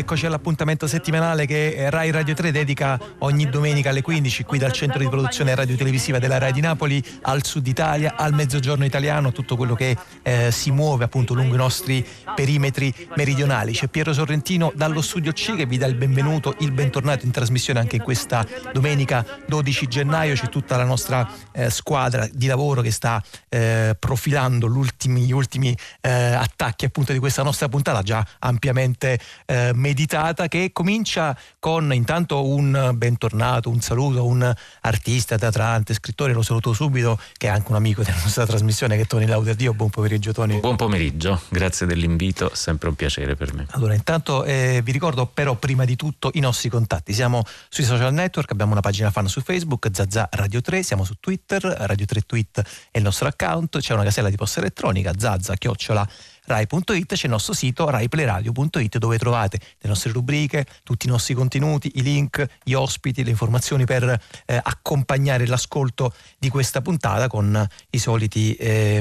eccoci all'appuntamento settimanale che Rai Radio 3 dedica ogni domenica alle 15 qui dal centro di produzione radiotelevisiva della Rai di Napoli al Sud Italia, al Mezzogiorno italiano, tutto quello che si muove appunto lungo i nostri perimetri meridionali. C'è Piero Sorrentino dallo studio C che vi dà il benvenuto, il bentornato in trasmissione anche in questa domenica 12 gennaio. C'è tutta la nostra squadra di lavoro che sta profilando gli ultimi attacchi appunto di questa nostra puntata già ampiamente meditata, che comincia con intanto un bentornato, un saluto a un artista, teatrante, scrittore, lo saluto subito, che è anche un amico della nostra trasmissione, che è Tony Laudadio. Buon pomeriggio Tony. Buon pomeriggio, grazie dell'invito, sempre un piacere per me. Allora intanto vi ricordo però prima di tutto i nostri contatti. Siamo sui social network, abbiamo una pagina fan su Facebook, Zazà Radio 3, siamo su Twitter, Radio 3 Tweet è il nostro account, c'è una casella di posta elettronica zazza@rai.it, c'è il nostro sito raiplayradio.it dove trovate le nostre rubriche, tutti i nostri contenuti, i link, gli ospiti, le informazioni per accompagnare l'ascolto di questa puntata con i soliti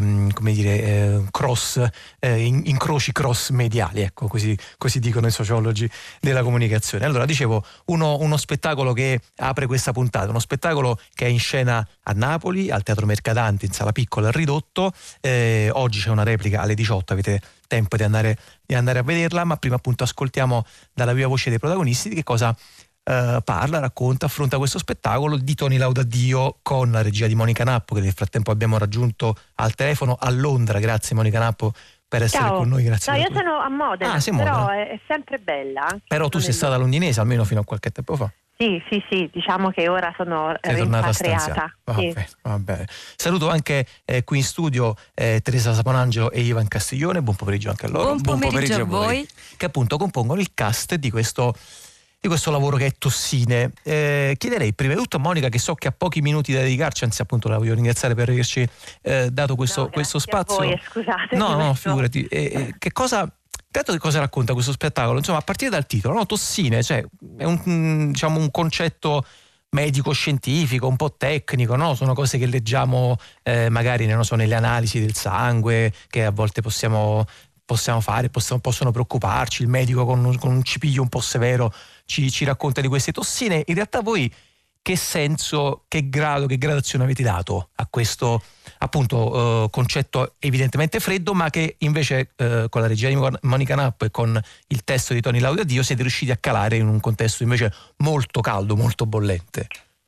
incroci cross mediali, ecco, così dicono i sociologi della comunicazione. Allora dicevo, uno spettacolo che apre questa puntata, uno spettacolo che è in scena a Napoli al Teatro Mercadante in Sala Piccola al Ridotto. Oggi c'è una replica alle 18, avete tempo di andare a vederla, ma prima appunto ascoltiamo dalla viva voce dei protagonisti di che cosa parla, racconta, affronta questo spettacolo di Tony Laudadio, con la regia di Monica Nappo, che nel frattempo abbiamo raggiunto al telefono a Londra. Grazie Monica Nappo per essere Ciao. con noi. Grazie. No, io sono a Modena, però è sempre bella. Però tu sei stata londinese almeno fino a qualche tempo fa. Sì, diciamo che ora sono rimpatriata. Vabbè. Saluto anche qui in studio Teresa Saponangelo e Ivan Castiglione. Buon pomeriggio anche a loro. Buon pomeriggio a voi. Che appunto compongono il cast di questo lavoro che è Tossine. Chiederei prima di tutto a Monica, che so che ha pochi minuti da dedicarci, anzi appunto la voglio ringraziare per averci dato questo spazio. A voi, scusate. No, figurati. Che cosa racconta questo spettacolo? Insomma, a partire dal titolo, no? Tossine, cioè è un concetto medico-scientifico, un po' tecnico, no? Sono cose che leggiamo magari nelle analisi del sangue, che a volte possiamo fare, possono preoccuparci. Il medico con un cipiglio un po' severo ci racconta di queste tossine. In realtà voi che senso, che gradazione avete dato a questo appunto concetto evidentemente freddo, ma che invece con la regia di Monica Nappo e con il testo di Tony Laudadio siete riusciti a calare in un contesto invece molto caldo, molto bollente?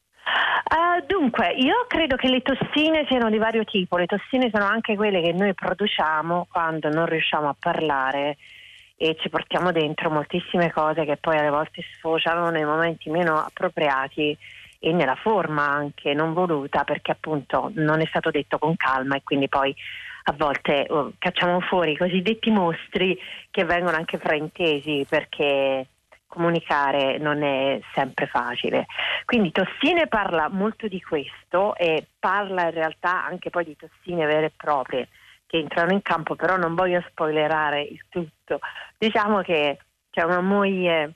Dunque, io credo che le tossine siano di vario tipo. Le tossine sono anche quelle che noi produciamo quando non riusciamo a parlare e ci portiamo dentro moltissime cose che poi alle volte sfociano nei momenti meno appropriati e nella forma anche non voluta, perché appunto non è stato detto con calma, e quindi poi a volte cacciamo fuori i cosiddetti mostri che vengono anche fraintesi, perché comunicare non è sempre facile. Quindi Tossine parla molto di questo e parla in realtà anche poi di tossine vere e proprie che entrano in campo, però non voglio spoilerare il tutto. Diciamo che c'è una moglie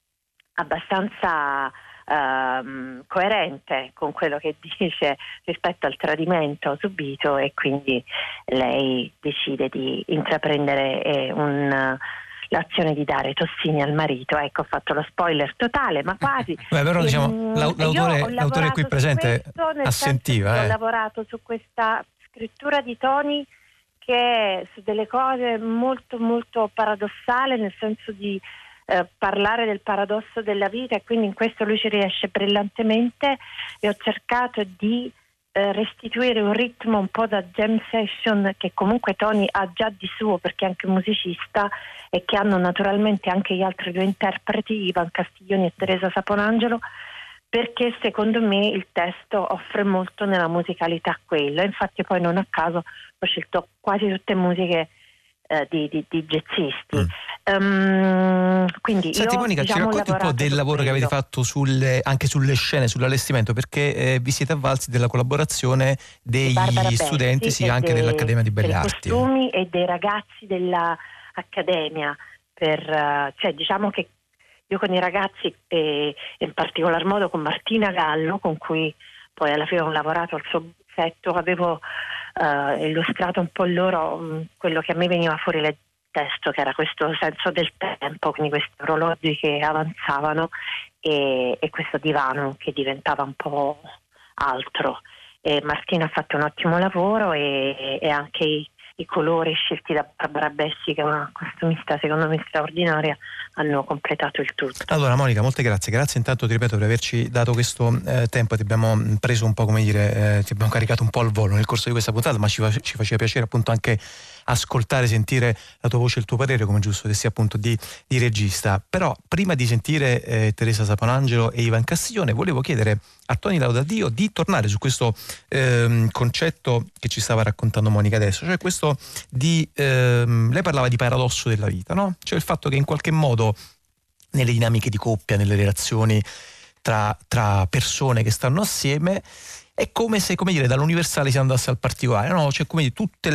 abbastanza coerente con quello che dice rispetto al tradimento subito, e quindi lei decide di intraprendere l'azione di dare tossine al marito. Ecco, ho fatto lo spoiler totale, ma quasi. Però diciamo l'autore qui presente assentiva. Ho lavorato su questa scrittura di Tony che è su delle cose molto molto paradossale, nel senso di parlare del paradosso della vita, e quindi in questo lui ci riesce brillantemente, e ho cercato di restituire un ritmo un po' da jam session che comunque Tony ha già di suo, perché è anche musicista, e che hanno naturalmente anche gli altri due interpreti, Ivan Castiglioni e Teresa Saponangelo, perché secondo me il testo offre molto nella musicalità quella. Infatti poi non a caso ho scelto quasi tutte musiche di jazzisti. Quindi senti, io, Monica, ci racconti un po' del lavoro che avete fatto anche sulle scene, sull'allestimento, perché vi siete avvalsi della collaborazione degli studenti anche dell'Accademia di Belle Arti. Dei costumi e dei ragazzi dell'Accademia, cioè diciamo che io con i ragazzi e in particolar modo con Martina Gallo, con cui poi alla fine ho lavorato al suo setto, avevo illustrato un po' loro quello che a me veniva fuori contesto, che era questo senso del tempo, quindi questi orologi che avanzavano e questo divano che diventava un po' altro. E Martina ha fatto un ottimo lavoro e anche i colori scelti da Barbara Bessi, che è una costumista secondo me straordinaria, hanno completato il tutto. Allora Monica, molte grazie intanto, ti ripeto, per averci dato questo tempo. Ti abbiamo preso un po', come dire, ti abbiamo caricato un po' al volo nel corso di questa puntata, ma ci faceva piacere appunto anche ascoltare, sentire la tua voce, il tuo parere, come giusto che sia appunto di regista. Però prima di sentire Teresa Saponangelo e Ivan Castiglione, volevo chiedere a Tony Laudadio di tornare su questo concetto che ci stava raccontando Monica adesso, cioè questo di lei parlava di paradosso della vita, no? Cioè il fatto che in qualche modo nelle dinamiche di coppia, nelle relazioni tra persone che stanno assieme, è come se, come dire, dall'universale si andasse al particolare, no? Cioè come dire, tutte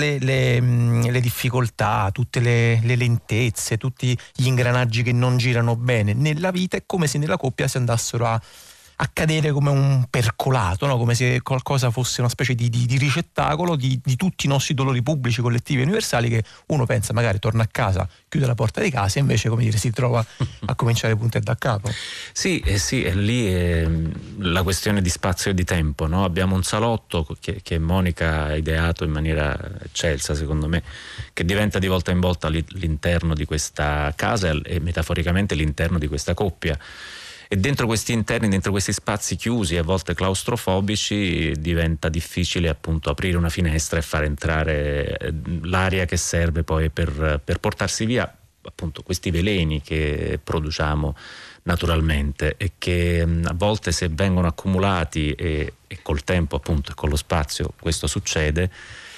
le difficoltà, tutte le lentezze, tutti gli ingranaggi che non girano bene nella vita, è come se nella coppia si andassero a cadere come un percolato, no? Come se qualcosa fosse una specie di ricettacolo di tutti i nostri dolori pubblici, collettivi e universali, che uno pensa magari torna a casa, chiude la porta di casa e invece, come dire, si trova a cominciare punto e da capo. Sì, è lì è la questione di spazio e di tempo, no? Abbiamo un salotto che Monica ha ideato in maniera eccelsa, secondo me, che diventa di volta in volta l'interno di questa casa e metaforicamente l'interno di questa coppia. E dentro questi interni, dentro questi spazi chiusi, a volte claustrofobici, diventa difficile appunto aprire una finestra e far entrare l'aria che serve poi per portarsi via appunto questi veleni che produciamo naturalmente e che a volte, se vengono accumulati e col tempo appunto e con lo spazio questo succede,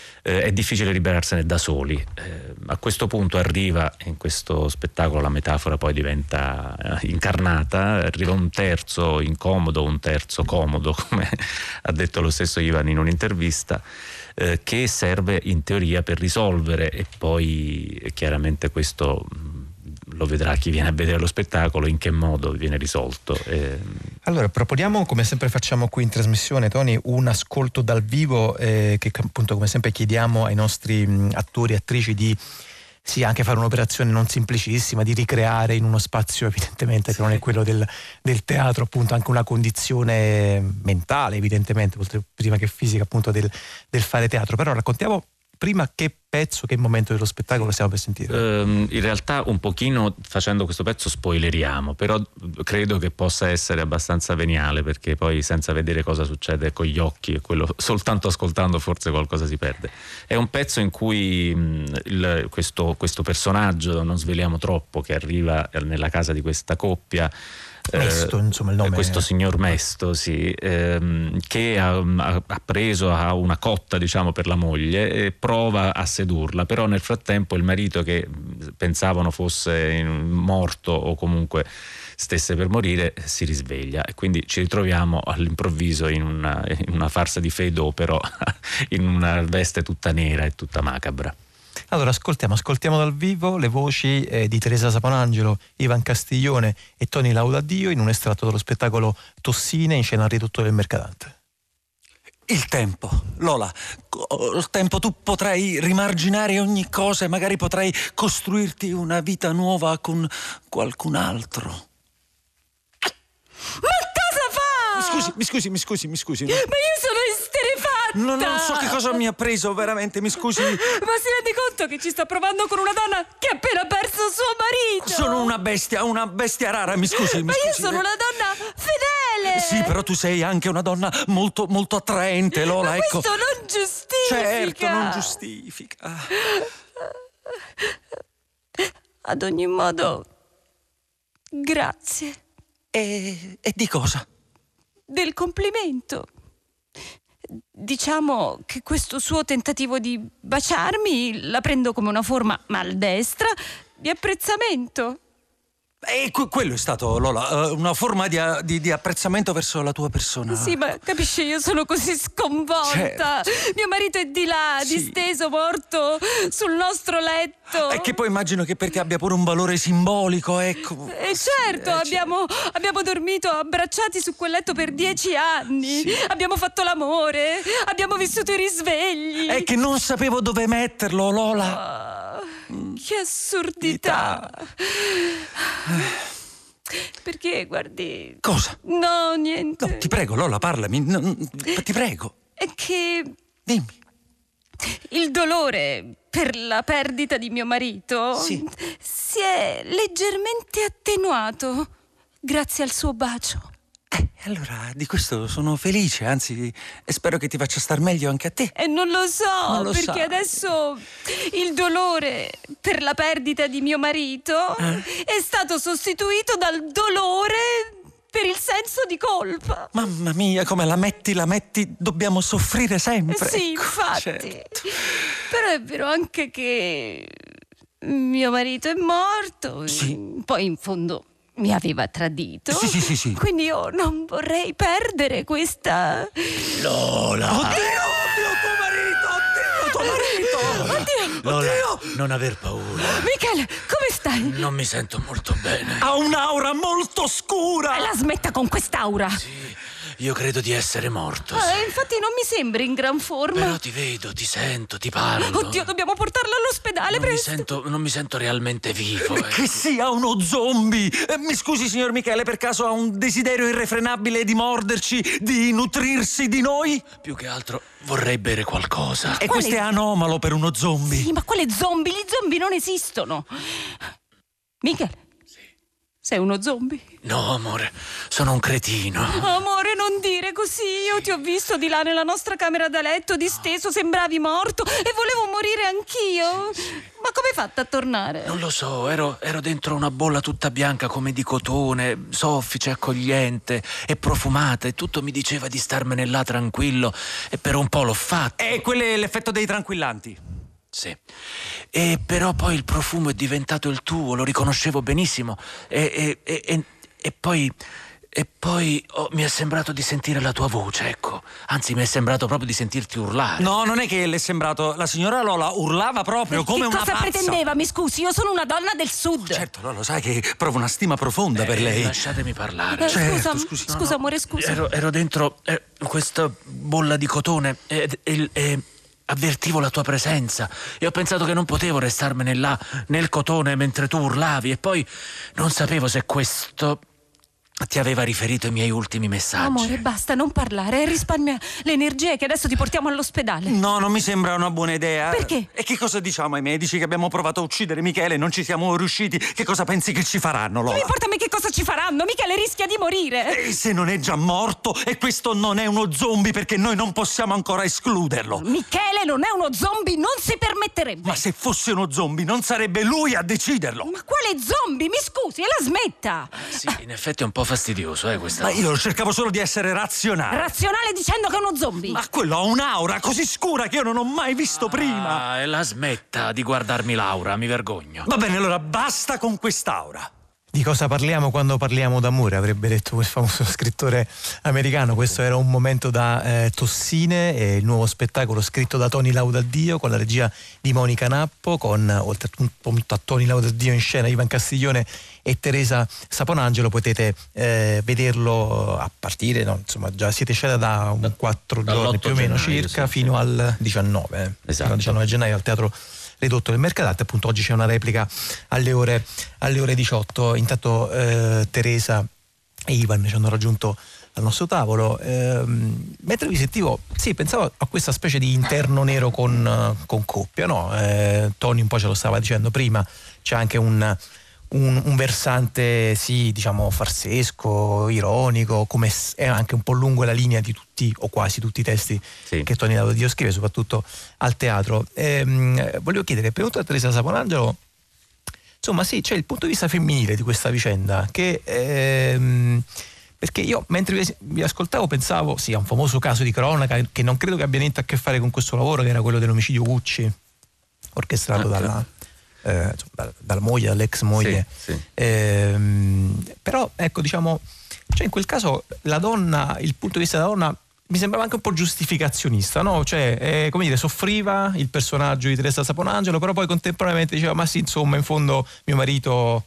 è difficile liberarsene da soli. A questo punto arriva, in questo spettacolo la metafora poi diventa incarnata, arriva un terzo incomodo, un terzo comodo, come ha detto lo stesso Ivan in un'intervista, che serve in teoria per risolvere, e poi chiaramente questo lo vedrà chi viene a vedere lo spettacolo in che modo viene risolto. Allora proponiamo, come sempre facciamo qui in trasmissione, Tony, un ascolto dal vivo che appunto come sempre chiediamo ai nostri attori e attrici di anche fare un'operazione non semplicissima, di ricreare in uno spazio evidentemente che non è quello del teatro, appunto anche una condizione mentale evidentemente, prima che fisica, appunto del fare teatro. Però raccontiamo prima che pezzo, che momento dello spettacolo stiamo per sentire. In realtà un pochino facendo questo pezzo spoileriamo, però credo che possa essere abbastanza veniale, perché poi senza vedere cosa succede con gli occhi e quello soltanto ascoltando forse qualcosa si perde. È un pezzo in cui questo personaggio, non sveliamo troppo, che arriva nella casa di questa coppia, Mesto, insomma il nome. Questo signor Mesto, sì, che ha preso a una cotta, diciamo, per la moglie e prova a sedurla, però nel frattempo il marito, che pensavano fosse morto o comunque stesse per morire, si risveglia e quindi ci ritroviamo all'improvviso in una farsa di Feydeau, però in una veste tutta nera e tutta macabra. Allora ascoltiamo dal vivo le voci di Teresa Saponangelo, Ivan Castiglione e Tony Laudadio in un estratto dello spettacolo Tossine in scena al Ridotto del Mercadante. Il tempo, Lola, il tempo, tu potrai rimarginare ogni cosa e magari potrai costruirti una vita nuova con qualcun altro. Ma cosa fa? Mi scusi. Ma io sono esterrefatta! Non so che cosa mi ha preso, veramente, mi scusi. Ma si rende conto che ci sta provando con una donna che ha appena perso suo marito? Sono una bestia rara, mi scusi. Ma io sono una donna fedele! Sì, però tu sei anche una donna molto, molto attraente, Lola, ma ecco. questo non giustifica! Certo, non giustifica. Ad ogni modo, grazie. E di cosa? Del complimento. Diciamo che questo suo tentativo di baciarmi la prendo come una forma maldestra di apprezzamento. E quello è stato, Lola, una forma di apprezzamento verso la tua persona. Sì, ma capisci, io sono così sconvolta. Certo. Mio marito è di là, Sì. disteso, morto sul nostro letto. E che poi immagino che per te abbia pure un valore simbolico, ecco. E certo, abbiamo dormito abbracciati su quel letto per 10 anni. Sì. Abbiamo fatto l'amore, abbiamo vissuto i risvegli. È che non sapevo dove metterlo, Lola. Che assurdità! Perché, guardi... Cosa? No, niente. No, ti prego, Lola, parlami. Ti prego. È che... Dimmi. Il dolore per la perdita di mio marito Sì. si è leggermente attenuato grazie al suo bacio. Allora, di questo sono felice, anzi, spero che ti faccia star meglio anche a te. E non lo so, Non lo perché sai. adesso il dolore per la perdita di mio marito è stato sostituito dal dolore per il senso di colpa. Mamma mia, come la metti, dobbiamo soffrire sempre. Sì, Ecco, infatti. certo. Però è vero anche che mio marito è morto. Sì. Poi in fondo mi aveva tradito. Sì. Quindi io non vorrei perdere questa... Lola! Oddio, tuo marito! Oddio! Lola, non aver paura. Michele, come stai? Non mi sento molto bene. Ha un'aura molto scura! La smetta con quest'aura. Io credo di essere morto. Infatti non mi sembri in gran forma. Però ti vedo, ti sento, ti parlo. Oddio, dobbiamo portarlo all'ospedale presto. Non mi sento realmente vivo. Che sia uno zombie! Mi scusi, signor Michele, per caso ha un desiderio irrefrenabile di morderci, di nutrirsi di noi? Più che altro vorrei bere qualcosa. E questo è anomalo per uno zombie. Sì, ma quale zombie? Gli zombie non esistono. Michele? Sei uno zombie? No, amore, sono un cretino. Amore, non dire così. Io ti ho visto di là nella nostra camera da letto, disteso, sembravi morto e volevo morire anch'io. Ma come hai fatto a tornare? Non lo so, ero dentro una bolla tutta bianca come di cotone, soffice, accogliente e profumata, e tutto mi diceva di starmene là tranquillo, e per un po' l'ho fatto. E quello è l'effetto dei tranquillanti. Sì. E però poi il profumo è diventato il tuo, lo riconoscevo benissimo. E poi mi è sembrato di sentire la tua voce, ecco. Anzi, mi è sembrato proprio di sentirti urlare. No, non è che le è sembrato. La signora Lola urlava proprio come una pazza. Che cosa pretendeva? Mi scusi, io sono una donna del sud. Certo, Lola, sai che provo una stima profonda per lei. Lasciatemi parlare. Certo, scusa, amore, scusa. Ero dentro questa bolla di cotone e avvertivo la tua presenza e ho pensato che non potevo restarmene là nel cotone mentre tu urlavi, e poi non sapevo se questo ti aveva riferito i miei ultimi messaggi. Amore, basta, non parlare, risparmia le energie che adesso ti portiamo all'ospedale. No, non mi sembra una buona idea. Perché? E che cosa diciamo ai medici? Che abbiamo provato a uccidere Michele e non ci siamo riusciti? Che cosa pensi che ci faranno, Lola? Non importa a me che cosa ci faranno, Michele rischia di morire. E se non è già morto? E questo non è uno zombie, perché noi non possiamo ancora escluderlo. Michele non è uno zombie, non si permetterebbe. Ma se fosse uno zombie non sarebbe lui a deciderlo. Ma quale zombie? Mi scusi, e la smetta. Sì, in effetti è un po' fastidioso, questa Ma cosa. io cercavo solo di essere razionale. Razionale dicendo che è uno zombie. Ma quello ha un'aura così scura che io non ho mai visto prima. E la smetta di guardarmi Laura, mi vergogno. Va bene, allora basta con quest'aura. Di cosa parliamo quando parliamo d'amore, avrebbe detto quel famoso scrittore americano. Questo era un momento da Tossine, il nuovo spettacolo scritto da Toni Laudadio con la regia di Monica Nappo, con oltre a Toni Laudadio in scena Ivan Castiglione e Teresa Saponangelo. Potete vederlo a partire, no, insomma già siete scena da 4 giorni più o meno gennaio, circa, sì, fino al 19, esatto. fino al 19 gennaio al Teatro Ridotto del Mercadante. Appunto oggi c'è una replica alle ore 18. Intanto Teresa e Ivan ci hanno raggiunto al nostro tavolo. Mentre vi sentivo, sì, pensavo a questa specie di interno nero con coppia, no? Tony un po' ce lo stava dicendo prima, c'è anche un versante, sì, diciamo farsesco, ironico, come è anche un po' lungo la linea di tutti o quasi tutti i testi che Toni Laudadio scrive, soprattutto al teatro. Volevo chiedere, per a Teresa Saponangelo, insomma sì, c'è il punto di vista femminile di questa vicenda che perché io mentre vi ascoltavo pensavo sì a un famoso caso di cronaca che non credo che abbia niente a che fare con questo lavoro, che era quello dell'omicidio Gucci orchestrato dalla moglie, dall'ex moglie. Sì. Però ecco, diciamo, cioè in quel caso la donna, il punto di vista della donna mi sembrava anche un po' giustificazionista, no? Cioè, come dire, soffriva il personaggio di Teresa Saponangelo, però poi contemporaneamente diceva ma sì, insomma, in fondo mio marito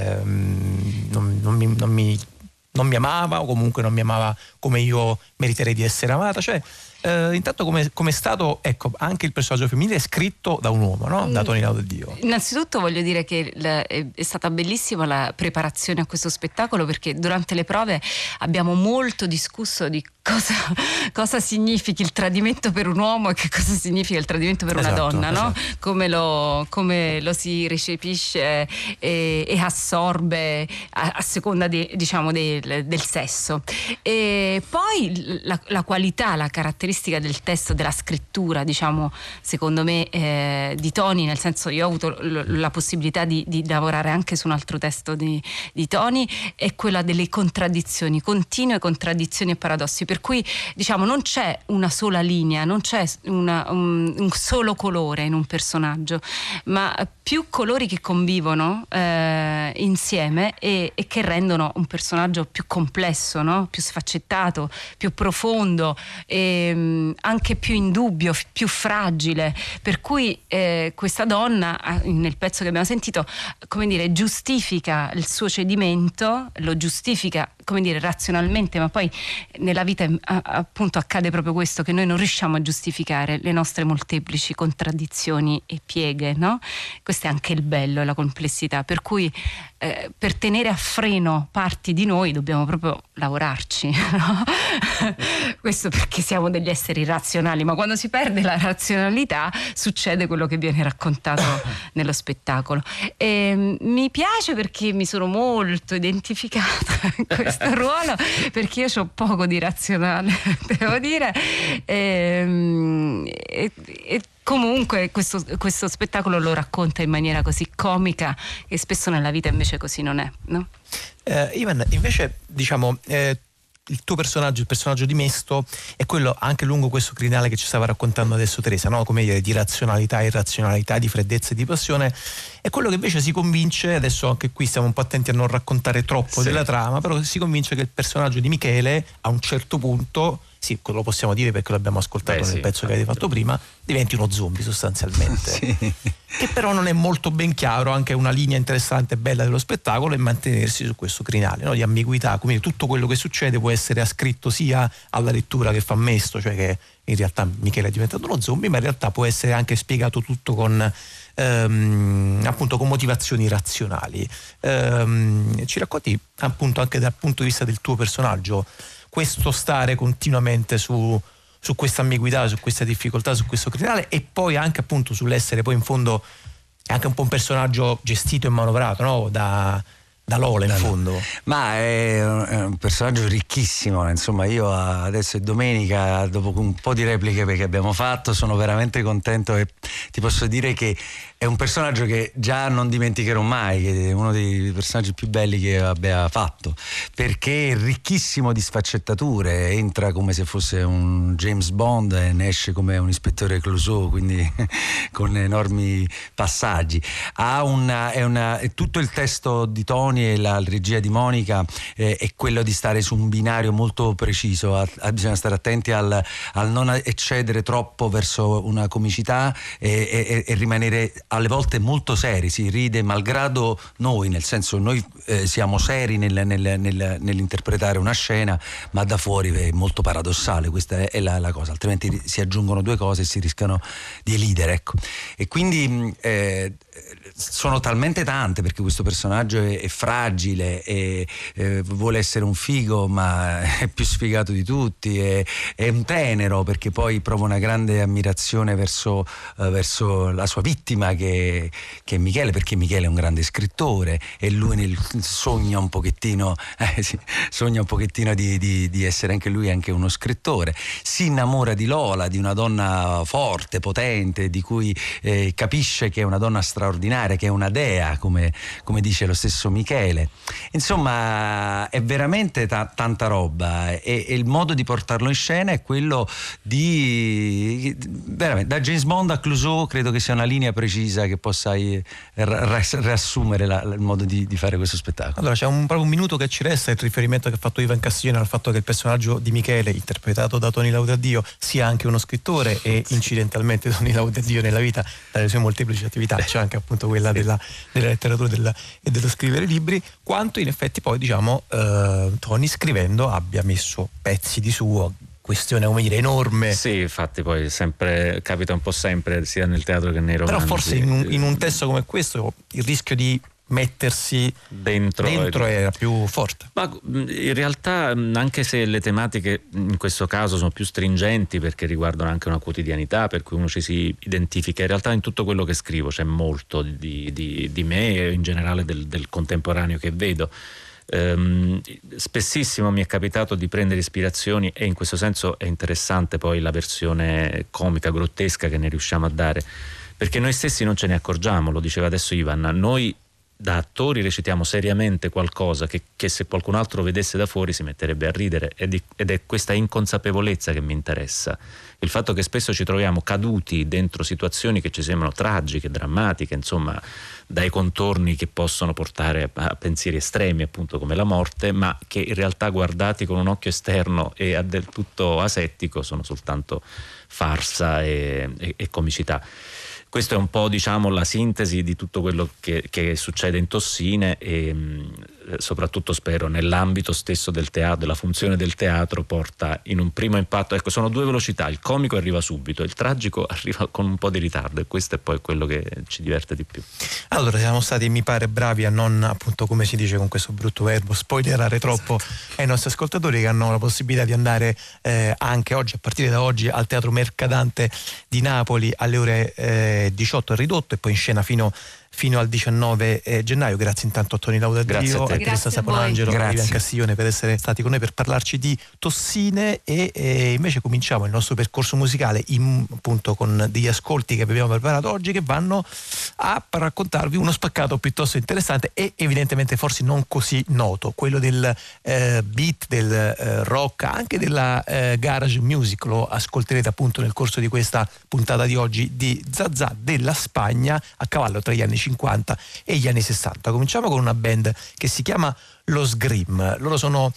non mi amava, o comunque non mi amava come io meriterei di essere amata. Cioè Intanto come è stato, ecco, anche il personaggio femminile è scritto da un uomo, no? Da Toni Laudadio. Innanzitutto voglio dire che è stata bellissima la preparazione a questo spettacolo, perché durante le prove abbiamo molto discusso di cosa significhi il tradimento per un uomo e che cosa significa il tradimento per una donna, no? Come lo si recepisce e assorbe a seconda diciamo del sesso. E poi la qualità, la caratteristica del testo, della scrittura, diciamo, secondo me di Toni, nel senso, io ho avuto la possibilità di lavorare anche su un altro testo di Toni, è quella delle contraddizioni, continue contraddizioni e paradossi, per cui diciamo non c'è una sola linea, non c'è un solo colore in un personaggio, ma più colori che convivono insieme e che rendono un personaggio più complesso, no? Più sfaccettato, più profondo, anche più indubbio, più fragile, per cui questa donna nel pezzo che abbiamo sentito, come dire, giustifica il suo cedimento, lo giustifica, come dire, razionalmente, ma poi nella vita appunto accade proprio questo, che noi non riusciamo a giustificare le nostre molteplici contraddizioni e pieghe, no? Questo è anche il bello e la complessità, per cui per tenere a freno parti di noi dobbiamo proprio lavorarci, no? Questo perché siamo degli esseri razionali, ma quando si perde la razionalità succede quello che viene raccontato nello spettacolo. E mi piace perché mi sono molto identificata in questo ruolo, perché io ho poco di razionale, devo dire, e comunque questo spettacolo lo racconta in maniera così comica che spesso nella vita invece così non è, no? Ivan, invece, diciamo, il tuo personaggio, il personaggio di Mesto, è quello anche lungo questo crinale che ci stava raccontando adesso Teresa, no? Come dire, di razionalità, irrazionalità, di freddezza e di passione, è quello che invece si convince, adesso anche qui stiamo un po' attenti a non raccontare troppo della trama, però si convince che il personaggio di Michele a un certo punto, sì, lo possiamo dire perché l'abbiamo ascoltato nel pezzo che avete fatto prima, diventi uno zombie sostanzialmente. Che però non è molto ben chiaro, anche una linea interessante e bella dello spettacolo è mantenersi su questo crinale, no? Di ambiguità, quindi tutto quello che succede può essere ascritto sia alla lettura che fa Mesto, cioè che in realtà Michele è diventato uno zombie, ma in realtà può essere anche spiegato tutto con appunto con motivazioni razionali. Ci racconti appunto anche dal punto di vista del tuo personaggio questo stare continuamente su questa ambiguità, su questa difficoltà, su questo crinale, e poi anche appunto sull'essere poi in fondo è anche un po' un personaggio gestito e manovrato, no? Da Lola in fondo. Ma è un personaggio ricchissimo, insomma. Io adesso è domenica, dopo un po' di repliche che abbiamo fatto, sono veramente contento e ti posso dire che è un personaggio che già non dimenticherò mai, che è uno dei personaggi più belli che abbia fatto, perché è ricchissimo di sfaccettature, entra come se fosse un James Bond e ne esce come un ispettore Clouseau, quindi con enormi passaggi. Tutto il testo di Toni e la regia di Monica è quello di stare su un binario molto preciso, bisogna stare attenti al non eccedere troppo verso una comicità e rimanere alle volte molto seri, si ride malgrado noi, nel senso noi siamo seri nell'interpretare una scena, ma da fuori è molto paradossale, questa è la cosa, altrimenti si aggiungono due cose e si rischiano di elidere, ecco. E quindi sono talmente tante, perché questo personaggio è fragile e vuole essere un figo, ma è più sfigato di tutti, è un tenero, perché poi prova una grande ammirazione verso la sua vittima che è Michele, perché Michele è un grande scrittore e lui sogna un pochettino di essere anche lui anche uno scrittore. Si innamora di Lola, di una donna forte, potente, di cui capisce che è una donna straordinaria, che è una dea, come dice lo stesso Michele. Insomma, è veramente tanta roba e il modo di portarlo in scena è quello di veramente, da James Bond a Clouseau, credo che sia una linea precisa che possa riassumere il modo di fare questo spettacolo. Allora c'è proprio un minuto che ci resta, il riferimento che ha fatto Ivan Castiglione al fatto che il personaggio di Michele, interpretato da Toni Laudadio, sia anche uno scrittore, e incidentalmente Toni Laudadio nella vita, dalle sue molteplici attività, c'è anche appunto quella della letteratura e dello scrivere libri, quanto in effetti poi, diciamo, Toni scrivendo abbia messo pezzi di suo, questione, come dire, enorme. Sì, infatti poi sempre capita un po' sempre, sia nel teatro che nei romanzi. Però forse in un testo come questo il rischio di mettersi dentro era più forte. Ma in realtà, anche se le tematiche in questo caso sono più stringenti perché riguardano anche una quotidianità per cui uno ci si identifica, in realtà in tutto quello che scrivo c'è molto di me e in generale del contemporaneo che vedo. Spessissimo mi è capitato di prendere ispirazioni, e in questo senso è interessante poi la versione comica, grottesca che ne riusciamo a dare, perché noi stessi non ce ne accorgiamo. Lo diceva adesso Ivan, noi da attori recitiamo seriamente qualcosa che se qualcun altro vedesse da fuori si metterebbe a ridere, ed è questa inconsapevolezza che mi interessa, il fatto che spesso ci troviamo caduti dentro situazioni che ci sembrano tragiche, drammatiche, insomma dai contorni che possono portare a pensieri estremi, appunto come la morte, ma che in realtà guardati con un occhio esterno e del tutto asettico sono soltanto farsa e comicità. Questo è un po', diciamo, la sintesi di tutto quello che succede in Tossine, e soprattutto spero nell'ambito stesso del teatro, della funzione del teatro, porta in un primo impatto. Ecco, sono due velocità: il comico arriva subito, il tragico arriva con un po' di ritardo, e questo è poi quello che ci diverte di più. Allora, siamo stati, mi pare, bravi a non, appunto, come si dice con questo brutto verbo, spoilerare troppo ai nostri ascoltatori, che hanno la possibilità di andare anche oggi, a partire da oggi, al Teatro Mercadante di Napoli alle ore 18 è ridotto, e poi in scena fino al 19 gennaio. Grazie intanto a Toni Laudadio, a Teresa Saponangelo, a Ivan Castiglione per essere stati con noi per parlarci di Tossine, e invece cominciamo il nostro percorso musicale appunto con degli ascolti che abbiamo preparato oggi, che vanno a raccontarvi uno spaccato piuttosto interessante e evidentemente forse non così noto, quello del beat, del rock, anche della garage music. Lo ascolterete appunto nel corso di questa puntata di oggi di Zazà, della Spagna, a cavallo tra gli anni 50 e gli anni 60. Cominciamo con una band che si chiama Los Grimm. Loro sono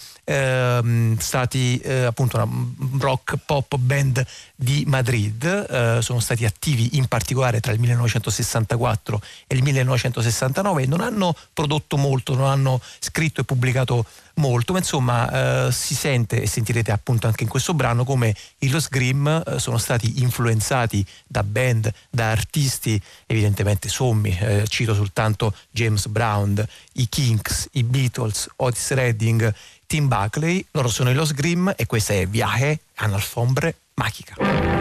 stati appunto una rock pop band di Madrid, sono stati attivi in particolare tra il 1964 e il 1969, non hanno prodotto molto, non hanno scritto e pubblicato molto, ma insomma si sente, e sentirete appunto anche in questo brano, come i Los Grimm sono stati influenzati da band, da artisti evidentemente sommi, cito soltanto James Brown, i Kinks, i Beatles, Otis Redding, Tim Buckley. Loro sono i Los Grimm e questa è Viaje a una alfombra mágica.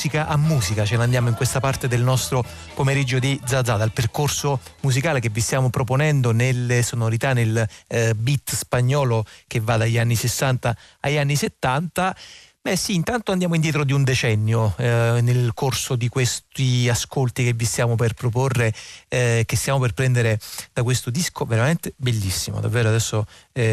musica a musica, ce ne andiamo in questa parte del nostro pomeriggio di Zazà, dal percorso musicale che vi stiamo proponendo nelle sonorità, nel beat spagnolo che va dagli anni 60 agli anni 70. Beh sì, intanto andiamo indietro di un decennio nel corso di questi ascolti che vi stiamo per proporre, che stiamo per prendere da questo disco veramente bellissimo, davvero. Adesso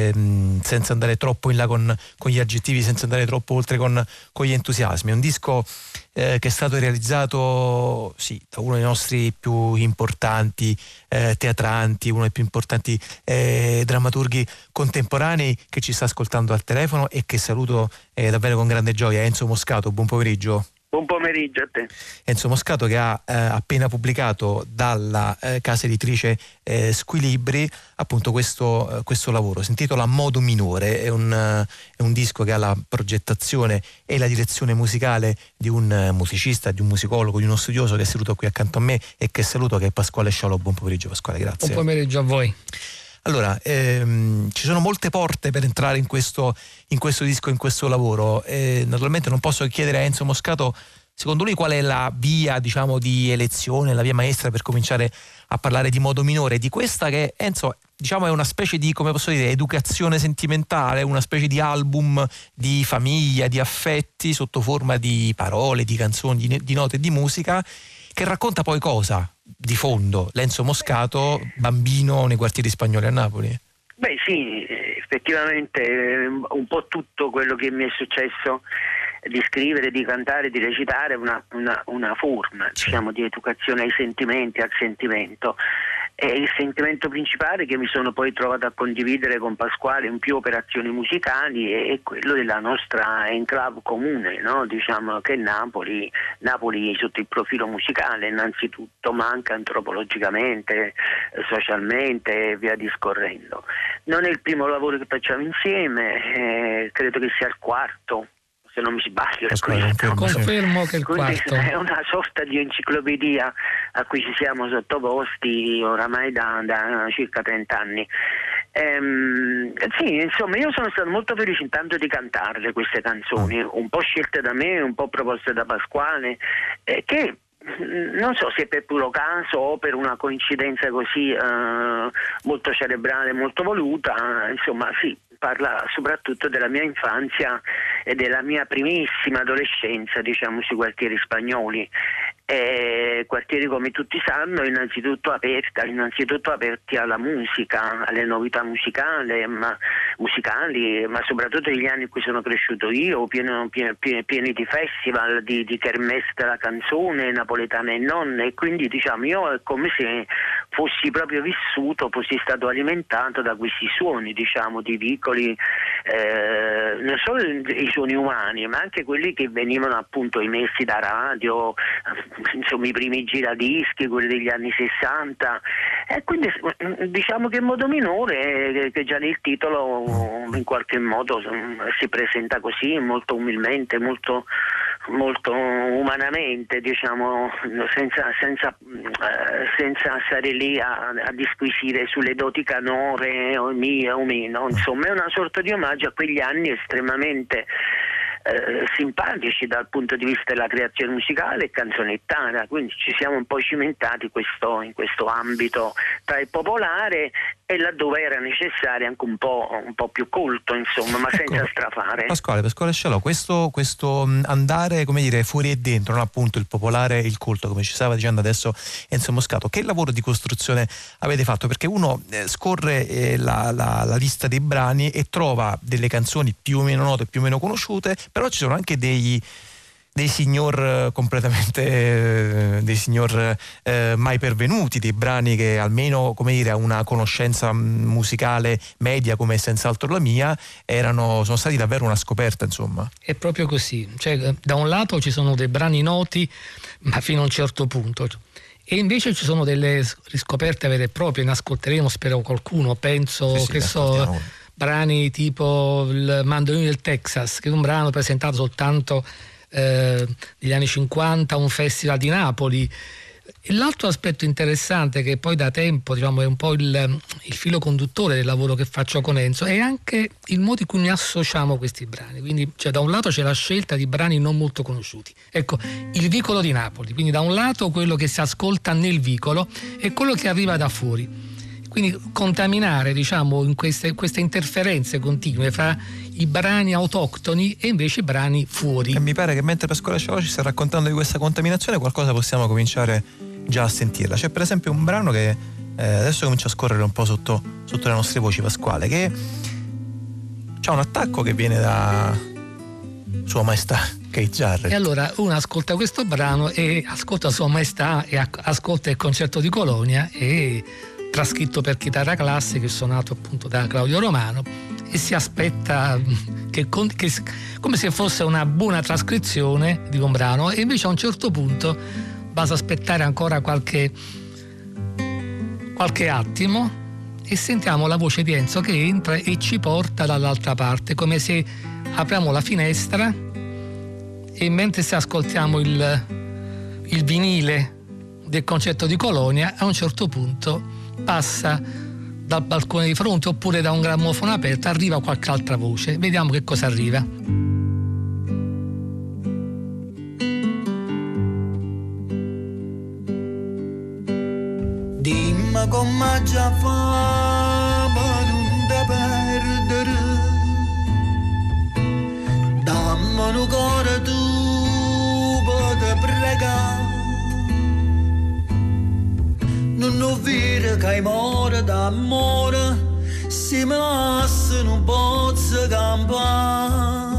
senza andare troppo in là con gli aggettivi, senza andare troppo oltre con gli entusiasmi, è un disco che è stato realizzato da uno dei nostri più importanti teatranti, uno dei più importanti drammaturghi contemporanei, che ci sta ascoltando al telefono e che saluto davvero con grande gioia. Enzo Moscato, buon pomeriggio. Buon pomeriggio a te. Enzo Moscato, che ha appena pubblicato dalla casa editrice Squilibri appunto questo lavoro, si intitola Modo Minore. È un disco che ha la progettazione e la direzione musicale di un musicista, di un musicologo, di uno studioso che è seduto qui accanto a me e che saluto, che è Pasquale Sciolo. Buon pomeriggio Pasquale, grazie. Buon pomeriggio a voi. Allora, ci sono molte porte per entrare in questo disco, in questo lavoro. Naturalmente non posso chiedere a Enzo Moscato, secondo lui, qual è la via, diciamo, di elezione, la via maestra per cominciare a parlare di Modo Minore, di questa che, Enzo, diciamo, è una specie di, come posso dire, educazione sentimentale, una specie di album di famiglia, di affetti, sotto forma di parole, di canzoni, di note e di musica, che racconta poi cosa? Di fondo, Enzo Moscato, bambino nei quartieri spagnoli a Napoli. Beh sì, effettivamente un po' tutto quello che mi è successo di scrivere, di cantare, di recitare, una forma, diciamo, di educazione ai sentimenti, al sentimento. E il sentimento principale che mi sono poi trovato a condividere con Pasquale in più operazioni musicali è quello della nostra enclave comune, no? Diciamo che Napoli sotto il profilo musicale innanzitutto, ma anche antropologicamente, socialmente e via discorrendo. Non è il primo lavoro che facciamo insieme, credo che sia il quarto, se non mi sbaglio. Confermo che il quarto è una sorta di enciclopedia a cui ci siamo sottoposti oramai da circa 30 anni. Sì, insomma, io sono stato molto felice intanto di cantarle queste canzoni, un po' scelte da me, un po' proposte da Pasquale, che non so se per puro caso o per una coincidenza così molto cerebrale, molto voluta, insomma sì, parla soprattutto della mia infanzia e della mia primissima adolescenza, diciamo, sui quartieri spagnoli. Quartieri, come tutti sanno, innanzitutto aperti alla musica, alle novità musicali, ma soprattutto negli anni in cui sono cresciuto io, pieni di festival, di kermesse della canzone napoletana e non, e quindi, diciamo, io è come se fossi proprio vissuto, fossi stato alimentato da questi suoni, diciamo, di vicoli, non solo i suoni umani, ma anche quelli che venivano appunto emessi da radio, insomma i primi giradischi, quelli degli anni 60, e quindi diciamo che Modo Minore, che già nel titolo in qualche modo si presenta così, molto umilmente, molto umanamente, diciamo, senza stare lì a disquisire sulle doti canore o mie o meno, insomma è una sorta di omaggio a quegli anni estremamente simpatici dal punto di vista della creazione musicale e canzonettara, quindi ci siamo un po' cimentati in questo ambito tra il popolare e laddove era necessario anche un po' più colto, insomma, ma senza strafare. Pasquale Scialò, questo andare, come dire, fuori e dentro, non appunto il popolare e il colto, come ci stava dicendo adesso Enzo Moscato, che lavoro di costruzione avete fatto? Perché uno scorre la lista dei brani e trova delle canzoni più o meno note, più o meno conosciute, però ci sono anche dei signor completamente dei signor mai pervenuti, dei brani che almeno, come dire, a una conoscenza musicale media come senz'altro la mia sono stati davvero una scoperta, insomma. È proprio così, cioè da un lato ci sono dei brani noti ma fino a un certo punto, e invece ci sono delle riscoperte vere e proprie. Ne ascolteremo, spero, qualcuno, penso brani tipo il Mandolino del Texas, che è un brano presentato soltanto negli anni 50 a un festival di Napoli, E l'altro aspetto interessante, che poi da tempo è un po' il filo conduttore del lavoro che faccio con Enzo, è anche il modo in cui ne associamo questi brani. Quindi da un lato c'è la scelta di brani non molto conosciuti. Ecco, il vicolo di Napoli, quindi da un lato quello che si ascolta nel vicolo e quello che arriva da fuori. Quindi contaminare in queste interferenze continue fra i brani autoctoni e invece i brani fuori. E mi pare che mentre Pasquale Scialò ci sta raccontando di questa contaminazione qualcosa possiamo cominciare già a sentirla. C'è per esempio un brano che adesso comincia a scorrere un po' sotto le nostre voci, Pasquale, che c'ha un attacco che viene da Sua Maestà Keith Jarrett. E allora uno ascolta questo brano e ascolta Sua Maestà e ascolta il concerto di Colonia, e trascritto per chitarra classica e suonato appunto da Claudio Romano, e si aspetta che come se fosse una buona trascrizione di un brano, e invece a un certo punto basta aspettare ancora qualche attimo e sentiamo la voce di Enzo che entra e ci porta dall'altra parte, come se apriamo la finestra e mentre se ascoltiamo il vinile del concerto di Colonia, a un certo punto passa dal balcone di fronte oppure da un grammofono aperto, arriva qualche altra voce. Vediamo che cosa arriva. Dimmi come già fa ma non da perdere, dammi un cuore tu per pregare. Non vero che muore d'amore, si massa non posso campare.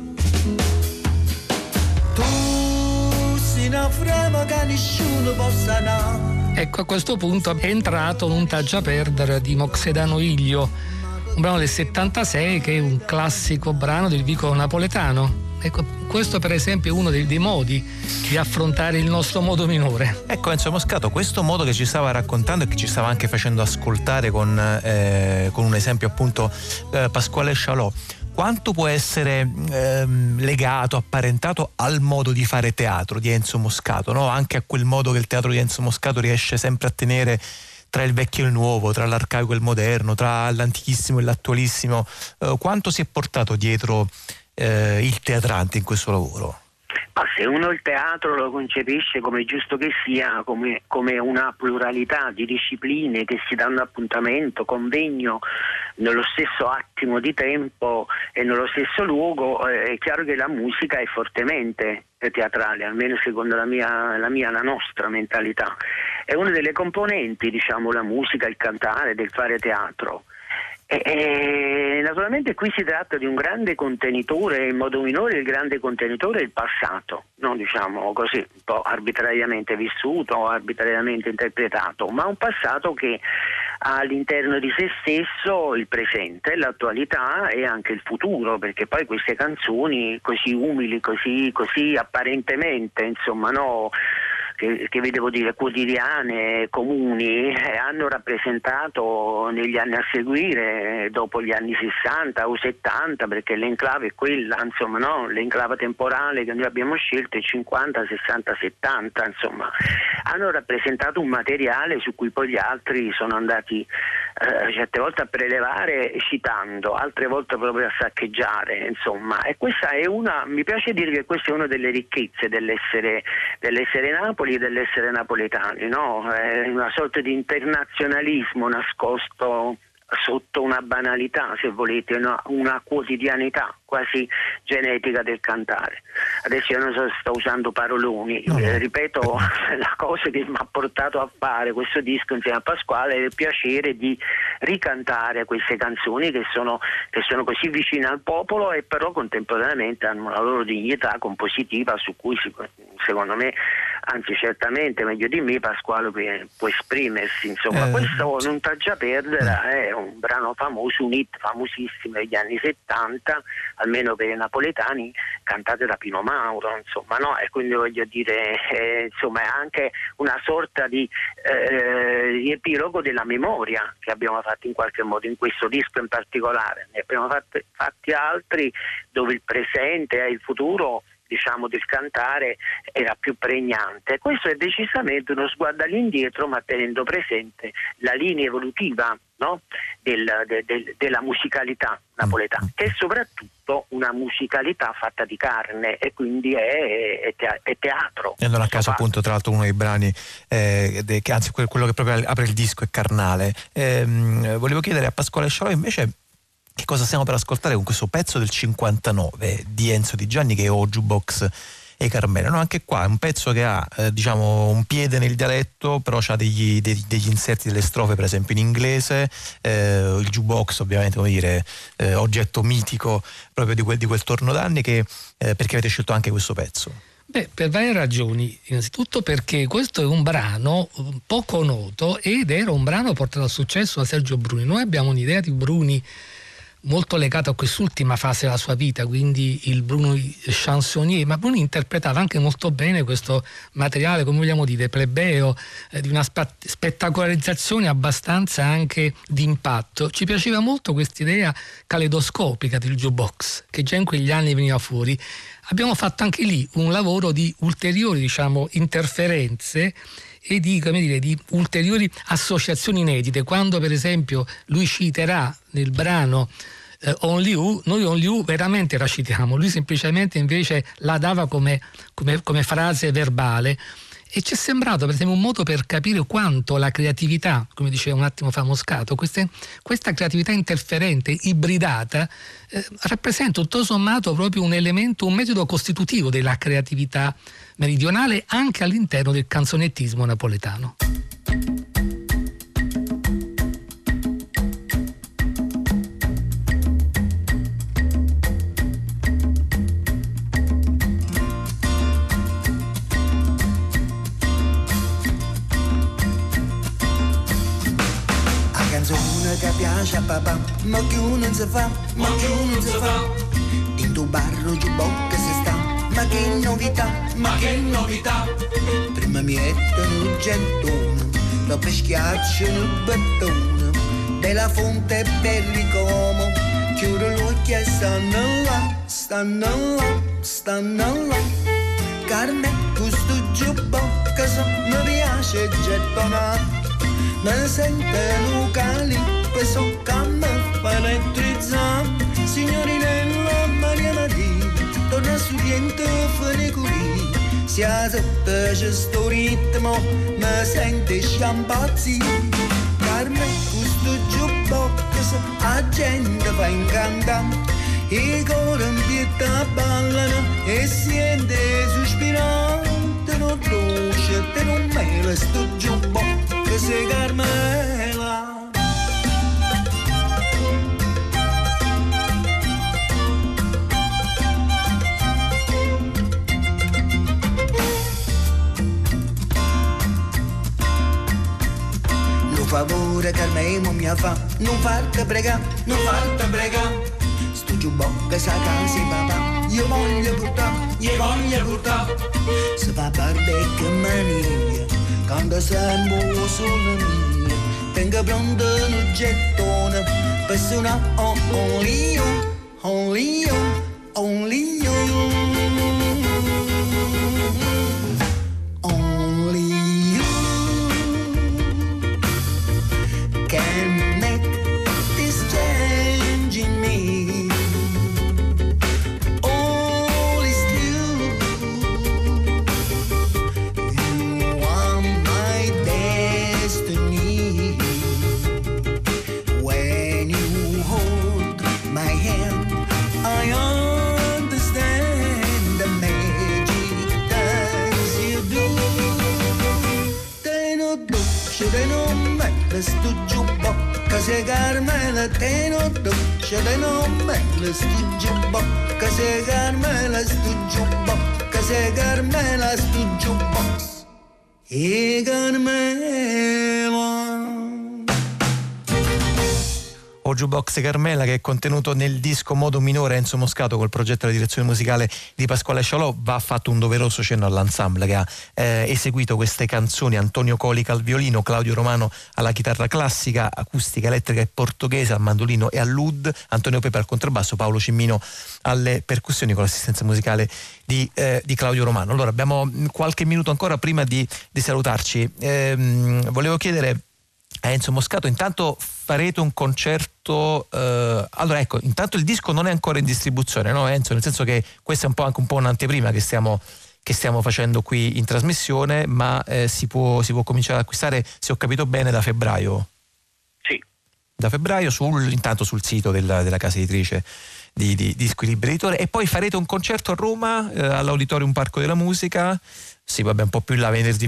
Tu sei una frema che nessuno possa amare. Ecco, a questo punto è entrato Non t'aggia perdere di Moxedano Iglio, un brano del 76 che è un classico brano del vicolo napoletano. Ecco, questo per esempio è uno dei modi di affrontare il nostro modo minore. Ecco Enzo Moscato, questo modo che ci stava raccontando e che ci stava anche facendo ascoltare con un esempio appunto Pasquale Scialò, quanto può essere legato, apparentato al modo di fare teatro di Enzo Moscato, no? Anche a quel modo che il teatro di Enzo Moscato riesce sempre a tenere tra il vecchio e il nuovo, tra l'arcaico e il moderno, tra l'antichissimo e l'attualissimo. Quanto si è portato dietro il teatrante in questo lavoro? Ma se uno il teatro lo concepisce come giusto che sia, come una pluralità di discipline che si danno appuntamento, convegno nello stesso attimo di tempo e nello stesso luogo, è chiaro che la musica è fortemente teatrale, almeno secondo la nostra mentalità. È una delle componenti, la musica, il cantare, del fare teatro. E naturalmente qui si tratta di un grande contenitore, in modo minore il grande contenitore è il passato, non così, un po' arbitrariamente vissuto o arbitrariamente interpretato, ma un passato che ha all'interno di se stesso il presente, l'attualità e anche il futuro, perché poi queste canzoni così umili, così apparentemente, che vi devo dire, quotidiane, comuni, hanno rappresentato negli anni a seguire, dopo gli anni 60 o 70, perché l'enclave è quella, l'enclave temporale che noi abbiamo scelto è 50, 60, 70, hanno rappresentato un materiale su cui poi gli altri sono andati certe volte a prelevare citando, altre volte proprio a saccheggiare, e questa è mi piace dire che questa è una delle ricchezze dell'essere Napoli e dell'essere napoletani, no? È una sorta di internazionalismo nascosto sotto una banalità, se volete, una quotidianità quasi genetica del cantare. Adesso io non so se sto usando paroloni, ripeto, la cosa che mi ha portato a fare questo disco insieme a Pasquale è il piacere di ricantare queste canzoni che sono così vicine al popolo e però contemporaneamente hanno la loro dignità compositiva su cui secondo me, anzi certamente meglio di me, Pasquale può esprimersi. Questo Non t'aggia perdere è un brano famoso, un hit famosissimo degli anni 70, almeno per i napoletani, cantate da Pino Mauro, e quindi voglio dire, è anche una sorta di epilogo della memoria che abbiamo fatto in qualche modo in questo disco in particolare. Ne abbiamo fatti altri dove il presente e il futuro diciamo, del cantare era più pregnante. Questo è decisamente uno sguardo all'indietro, ma tenendo presente la linea evolutiva, no? della musicalità napoletana, che è soprattutto una musicalità fatta di carne, e quindi è teatro. E non a caso appunto, tra l'altro, uno dei brani anzi quello che proprio apre il disco è Carnale. Volevo chiedere a Pasquale Sciarò invece che cosa stiamo per ascoltare con questo pezzo del 59 di Enzo Di Gianni, che è O Jukebox e Carmela. No, anche qua è un pezzo che ha diciamo un piede nel dialetto, però ha degli inserti delle strofe per esempio in inglese, il jukebox ovviamente, come dire, oggetto mitico proprio di quel torno d'anni. Perché avete scelto anche questo pezzo? Per varie ragioni. Innanzitutto perché questo è un brano poco noto ed era un brano portato al successo da Sergio Bruni. Noi abbiamo un'idea di Bruni molto legato a quest'ultima fase della sua vita, quindi il Bruni chansonnier, ma Bruni interpretava anche molto bene questo materiale, come vogliamo dire, plebeo, di una spettacolarizzazione abbastanza anche di impatto. Ci piaceva molto quest'idea caleidoscopica del jukebox, che già in quegli anni veniva fuori. Abbiamo fatto anche lì un lavoro di ulteriori, diciamo, interferenze e di ulteriori associazioni inedite. Quando per esempio lui citerà nel brano Only You, noi Only You veramente la citiamo, lui semplicemente invece la dava come frase verbale, e ci è sembrato per esempio un modo per capire quanto la creatività, come diceva un attimo fa Moscato, questa creatività interferente, ibridata, rappresenta tutto sommato proprio un elemento, un metodo costitutivo della creatività meridionale anche all'interno del canzonettismo napoletano. Che piace a papà, ma che non si fa, in tu barro jukebox si sta, ma che novità, prima mi mettono un gettone, dopo schiacciano il bottone, della fonte belli come, chiudo l'occhio e stanno là, Carme, questo jukebox mi piace gettonato, mi sente locali, questo campo fa elettrizzare, signorinella Maria, torna studiante fuori, si aspetta sto ritmo, mi sente sciampazzi, Carme, questo jukebox, la gente fa incantare, i cori in pietà ballano e sente sospirante, non dolce, te non mela sto jukebox. Che sei Carmela. Lo favore Carmela mi fa, non farti pregare, sto jukebox sa casa papà, io voglio portare, se fa barbecue mania, quando siamo solo mia, tengo pronto un gettone per suonare only you, only you, only you, only you can make this change in me. All is you. You are my destiny. When you hold my hand, I understand the magic that you do. Te non dolce, te non mele sto jukebox, se Carmela, te non dolce, te non mele sto jukebox, se Carmela sto jukebox, se Carmela sto jukebox, e Carmela. o Jukebox Carmela, che è contenuto nel disco Modo Minore. Enzo Moscato, col progetto e la direzione musicale di Pasquale Scialò, va fatto un doveroso cenno all'ensemble che ha eseguito queste canzoni: Antonio Colica al violino, Claudio Romano alla chitarra classica, acustica, elettrica e portoghese, al mandolino e all'oud, Antonio Pepe al contrabbasso, Paolo Cimmino alle percussioni, con l'assistenza musicale di Claudio Romano. Allora, abbiamo qualche minuto ancora prima di salutarci. Volevo chiedere a Enzo Moscato, intanto farete un concerto, allora ecco, intanto il disco non è ancora in distribuzione, no Enzo? Nel senso che questa è anche un po' un'anteprima che stiamo facendo qui in trasmissione, ma si può cominciare ad acquistare, se ho capito bene, da febbraio. Sì. Da febbraio intanto sul sito della casa editrice di Squilibrio Editore, e poi farete un concerto a Roma all'Auditorium Parco della Musica, sì vabbè, un po' più in là, venerdì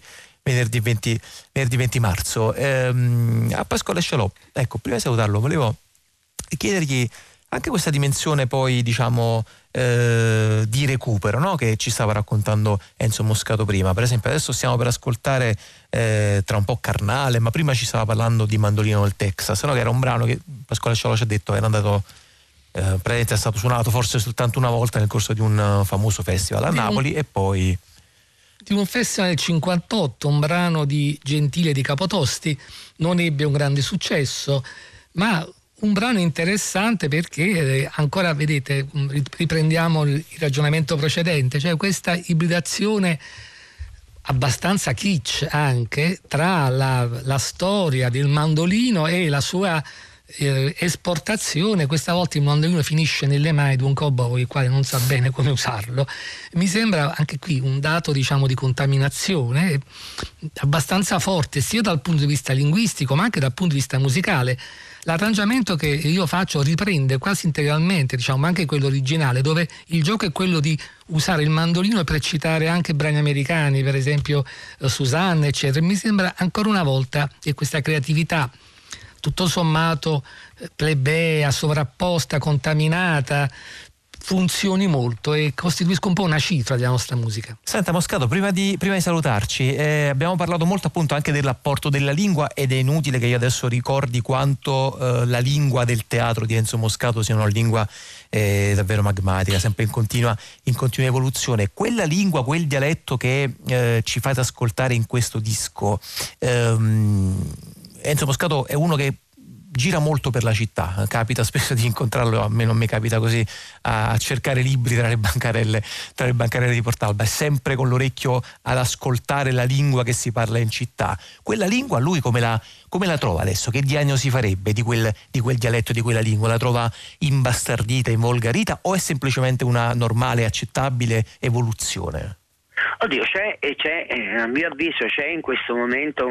20 marzo, a Pasquale Scialò. Ecco, prima di salutarlo volevo chiedergli anche questa dimensione poi, diciamo, di recupero, no? Che ci stava raccontando Enzo Moscato prima. Per esempio adesso stiamo per ascoltare tra un po' Carnale, ma prima ci stava parlando di Mandolino del Texas, no? Che era un brano che Pasquale Scialò ci ha detto era andato, praticamente è stato suonato forse soltanto una volta nel corso di un famoso festival a Napoli, e poi di un festival del 58, un brano di Gentile di Capotosti. Non ebbe un grande successo, ma un brano interessante perché ancora, vedete, riprendiamo il ragionamento precedente, cioè questa ibridazione abbastanza kitsch anche tra la storia del mandolino e la sua esportazione. Questa volta il mandolino finisce nelle mani di un cowboy il quale non sa bene come usarlo. Mi sembra anche qui un dato, diciamo, di contaminazione abbastanza forte, sia dal punto di vista linguistico ma anche dal punto di vista musicale. L'arrangiamento che io faccio riprende quasi integralmente, diciamo, anche quello originale, dove il gioco è quello di usare il mandolino per citare anche brani americani, per esempio Susanne, eccetera. Mi sembra ancora una volta che questa creatività tutto sommato plebea, sovrapposta, contaminata, funzioni molto e costituisca un po' una cifra della nostra musica. Senta Moscato, prima di salutarci, abbiamo parlato molto appunto anche dell'apporto della lingua, ed è inutile che io adesso ricordi quanto la lingua del teatro di Enzo Moscato sia una lingua davvero magmatica, sempre in continua evoluzione. Quella lingua, quel dialetto che ci fate ascoltare in questo disco, Enzo Moscato è uno che gira molto per la città, capita spesso di incontrarlo, a me non mi capita così, a cercare libri tra le bancarelle di Portalba, è sempre con l'orecchio ad ascoltare la lingua che si parla in città. Quella lingua lui come la trova adesso? Che diagnosi farebbe di quel dialetto, di quella lingua? La trova imbastardita, involgarita, o è semplicemente una normale, accettabile evoluzione? Oddio, c'è, a mio avviso c'è in questo momento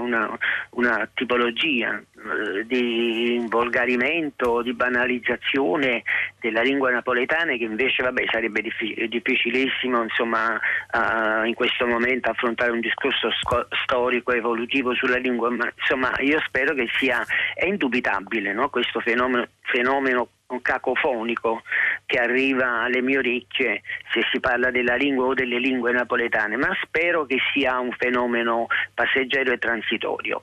una tipologia di involgarimento, di banalizzazione della lingua napoletana che invece sarebbe difficilissimo, insomma, in questo momento affrontare un discorso storico evolutivo sulla lingua, ma insomma io spero che è indubitabile, no? Questo fenomeno cacofonico che arriva alle mie orecchie se si parla della lingua o delle lingue napoletane, ma spero che sia un fenomeno passeggero e transitorio.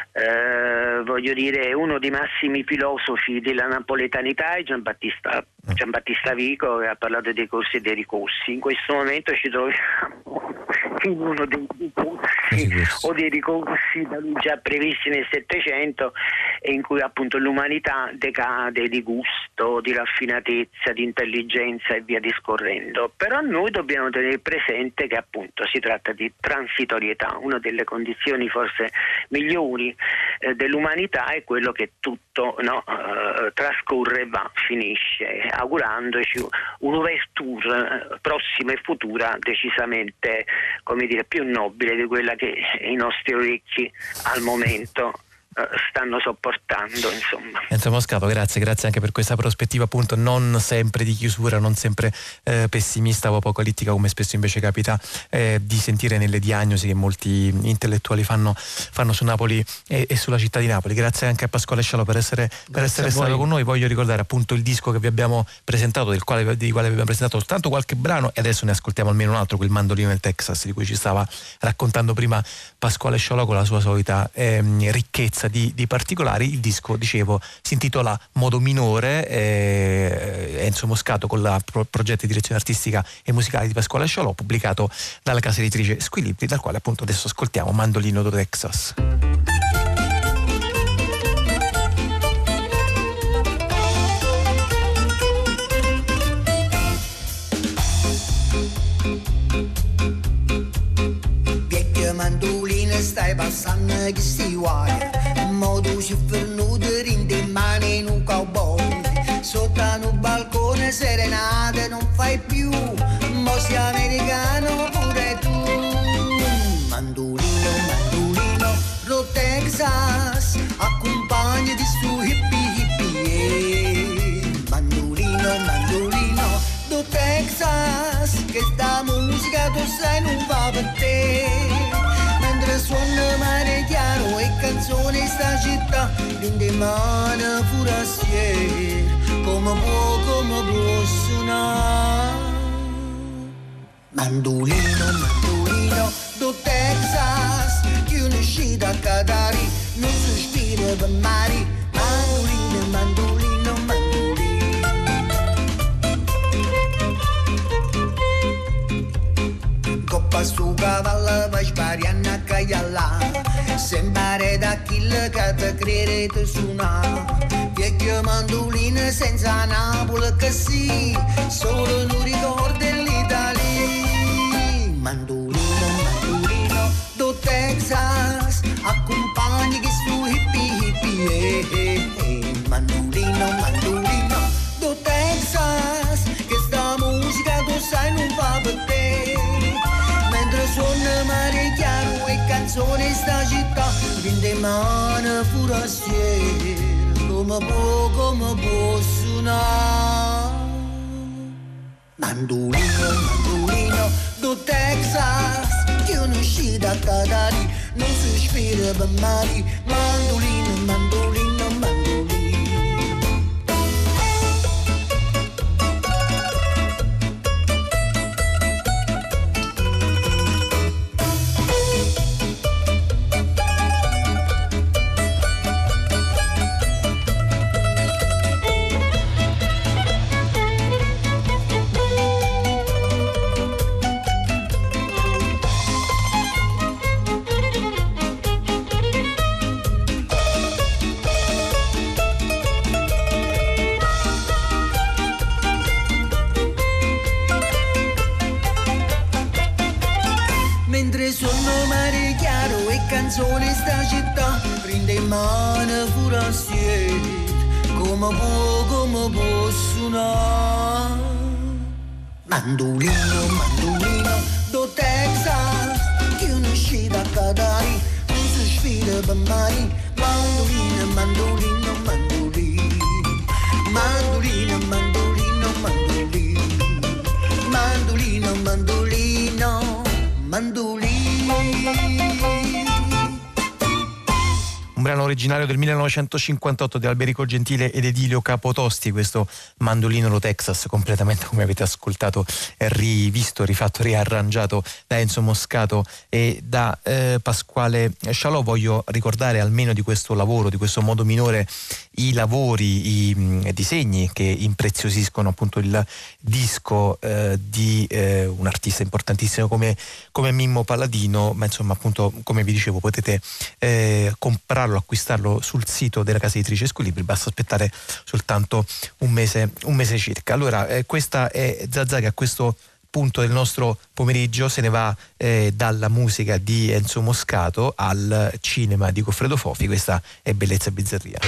Voglio dire, uno dei massimi filosofi della napoletanità è Giambattista Vico, che ha parlato dei corsi e dei ricorsi. In questo momento ci troviamo in uno dei corsi o dei ricorsi da lui già previsti nel Settecento, e in cui appunto l'umanità decade di gusto, di raffinatezza, di intelligenza e via discorrendo. Però noi dobbiamo tenere presente che appunto si tratta di transitorietà. Una delle condizioni forse migliori dell'umanità è quello che tutto trascorre e finisce, augurandoci un'ouverture prossima e futura decisamente, come dire, più nobile di quella che i nostri orecchi al momento stanno sopportando, insomma. Enzo Moscato, grazie anche per questa prospettiva appunto non sempre di chiusura, non sempre pessimista o apocalittica, come spesso invece capita di sentire nelle diagnosi che molti intellettuali fanno su Napoli e sulla città di Napoli. Grazie anche a Pasquale Scialò per essere stato con noi. Voglio ricordare appunto il disco che vi abbiamo presentato, di quale abbiamo presentato soltanto qualche brano, e adesso ne ascoltiamo almeno un altro, quel Mandolino del Texas di cui ci stava raccontando prima Pasquale Scialò, con la sua solita ricchezza ricchezza di particolari. Il disco, dicevo, si intitola Modo Minore, Enzo Moscato con la progetto di direzione artistica e musicale di Pasquale Scialò, pubblicato dalla casa editrice Squilibri, dal quale appunto adesso ascoltiamo Mandolino do Texas. Mandolina stai passando che si vuole, in modo si fernuto rinde in mano in un cowboy, sotto un balcone serenate non fai più, mo sei americano pure tu. Mandolino, mandolino, do Texas, accompagnati su hippie hippie. Mandolino, mandolino, do Texas, che sta musica tu sai non va per te. Suona mare chiaro e canzone sta città, rinde mano furassier, come può suonare. Mandolino, mandolino, do Texas, che un'uscita a Catari, non sospiro per mari. Mandolino, mandolino, mandolino. Coppa su cavallo va sbariando a caglialla, sembrare da chi che te crede suona. Vecchio mandolino senza Napoli che sì, solo non ricorda l'Italia. Mandolino, mandolino, do Texas, accompagni che su hippie hippie. Mandolino, mandolino, do Texas, che sta musica tu sai non va per te. Suona mare chiaro e canzone sta città, rinde mano furassier, come può suonare. Mandolino, mandolino, do Texas, che un'uscita a Catari, non si spera per mari. Mandolino, mandolino, mandolino. Canzone sta città, prende in mano furassier, come può suonare. Mandolino, mandolino, do Texas, che un'uscita a Catari, non si sfida per mari. Mandolino, mandolino, mandolino. Mandolino, mandolino, mandolino. Mandolino, mandolino, mandolino. Un brano originario del 1958 di Alberico Gentile ed Edilio Capotosti, questo Mandolino do Texas, completamente, come avete ascoltato, rivisto, rifatto, riarrangiato da Enzo Moscato e da Pasquale Scialò. Voglio ricordare almeno di questo lavoro, di questo Modo Minore, i lavori, i disegni che impreziosiscono appunto il disco di un artista importantissimo come Mimmo Palladino, ma insomma appunto, come vi dicevo, potete comprarlo, acquistarlo sul sito della casa editrice Squilibri, basta aspettare soltanto un mese circa. Allora, questa è Zazà, che a questo punto del nostro pomeriggio se ne va dalla musica di Enzo Moscato al cinema di Goffredo Fofi. Questa è Bellezza e Bizzarria.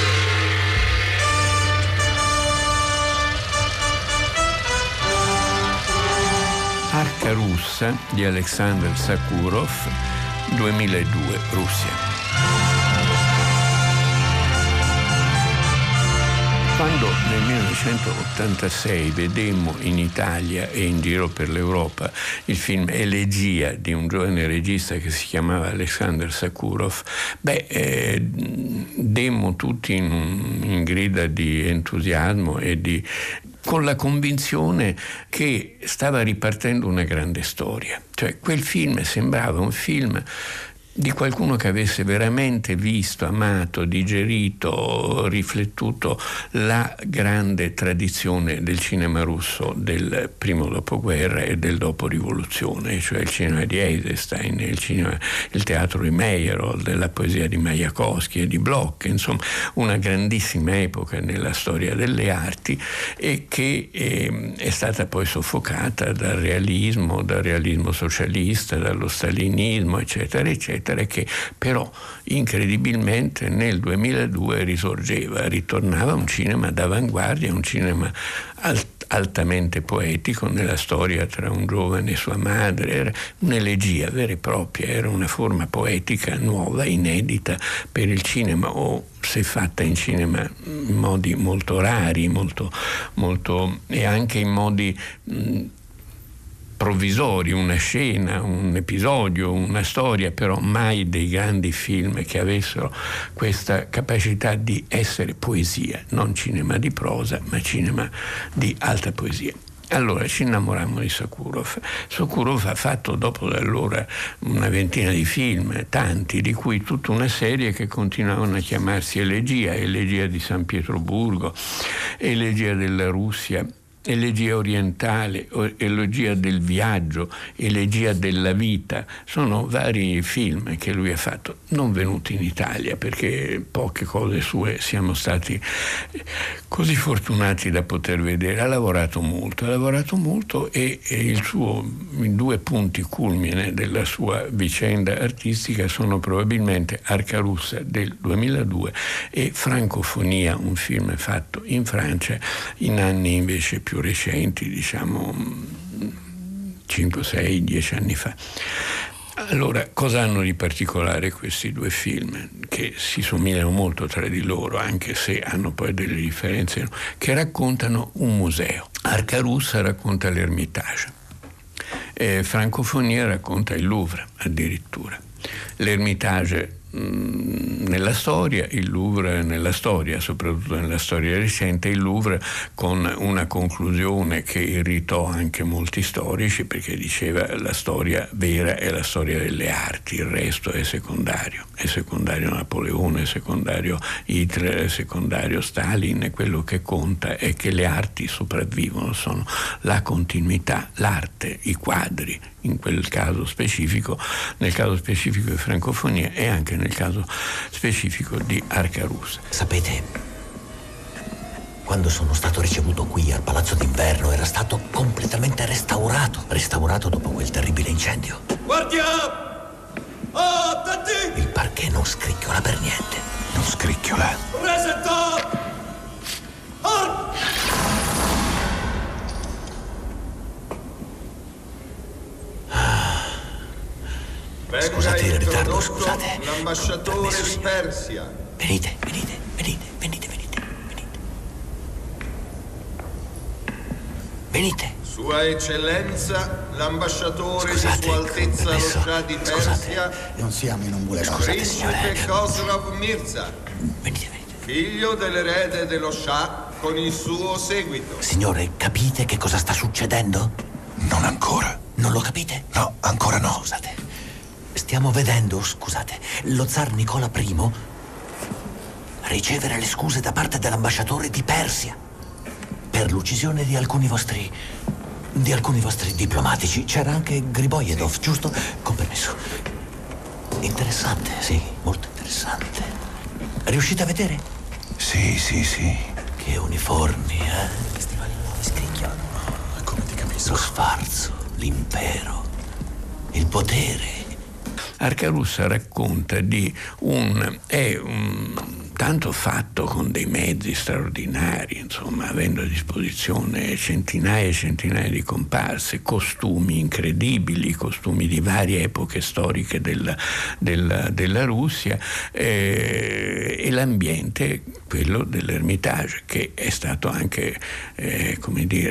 Arca russa di Alexander Sakurov, 2002, Russia. Quando nel 1986 vedemmo in Italia e in giro per l'Europa il film Elegia di un giovane regista che si chiamava Alexander Sakurov, demmo tutti in grida di entusiasmo e con la convinzione che stava ripartendo una grande storia. Cioè, quel film sembrava un film di qualcuno che avesse veramente visto, amato, digerito, riflettuto la grande tradizione del cinema russo del primo dopoguerra e del dopo rivoluzione, cioè il cinema di Eisenstein, il teatro di Meyerhold, la poesia di Majakovsky e di Bloch, insomma una grandissima epoca nella storia delle arti, e che è stata poi soffocata dal realismo socialista, dallo stalinismo, eccetera eccetera, che però incredibilmente nel 2002 ritornava un cinema d'avanguardia, un cinema altamente poetico nella storia tra un giovane e sua madre. Era un'elegia vera e propria, era una forma poetica nuova, inedita per il cinema, o se fatta in cinema in modi molto rari, molto, e anche in modi provvisori, una scena, un episodio, una storia, però mai dei grandi film che avessero questa capacità di essere poesia, non cinema di prosa, ma cinema di alta poesia. Allora ci innamorammo di Sokurov. Sokurov ha fatto dopo da allora una ventina di film, tanti, di cui tutta una serie che continuavano a chiamarsi Elegia di San Pietroburgo, Elegia della Russia, Elegia orientale, Elegia del viaggio, Elegia della vita. Sono vari film che lui ha fatto, non venuti in Italia perché poche cose sue siamo stati così fortunati da poter vedere. Ha lavorato molto e i due punti culmine della sua vicenda artistica sono probabilmente Arca Russa del 2002 e Francofonia, un film fatto in Francia in anni invece più recenti, diciamo 5, 6, 10 anni fa. Allora, cosa hanno di particolare questi due film? Che si somigliano molto tra di loro, anche se hanno poi delle differenze, che raccontano un museo. Arca Russa racconta l'Ermitage, Francofonia racconta il Louvre addirittura. L'Ermitage nella storia, il Louvre nella storia, soprattutto nella storia recente, il Louvre con una conclusione che irritò anche molti storici, perché diceva la storia vera è la storia delle arti, il resto è secondario Napoleone, è secondario Hitler, è secondario Stalin, e quello che conta è che le arti sopravvivono, sono la continuità, l'arte, i quadri, in quel caso specifico, nel caso specifico di Francofonia e anche nel caso specifico di Arca Russa. Sapete, quando sono stato ricevuto qui al Palazzo d'Inverno era stato completamente restaurato dopo quel terribile incendio. Guardia! Attenti! Il parquet non scricchiola per niente. Non scricchiola. Presenta! Scusate il ritardo, scusate. L'ambasciatore di Persia. Venite. Venite. Sua Eccellenza, l'ambasciatore di Sua Altezza lo Shah di Persia. Non siamo in un vuole scusate, signore. Principe Khosrov Mirza. Venite. Figlio dell'erede dello Shah con il suo seguito. Signore, capite che cosa sta succedendo? Non ancora. Non lo capite? No, ancora no. Scusate. Stiamo vedendo, lo zar Nicola I ricevere le scuse da parte dell'ambasciatore di Persia per l'uccisione di alcuni vostri diplomatici. C'era anche Gribojedov, sì. Giusto? Con permesso. Interessante, sì, molto interessante. Riuscite a vedere? Sì. Che uniformi, Che stivali nuovi scricchiano. Come ti capisco? Lo sfarzo, l'impero, il potere. Arca Russa racconta di tanto fatto con dei mezzi straordinari, insomma, avendo a disposizione centinaia e centinaia di comparse, costumi incredibili, costumi di varie epoche storiche della Russia, e l'ambiente, quello dell'Ermitage, che è stato anche,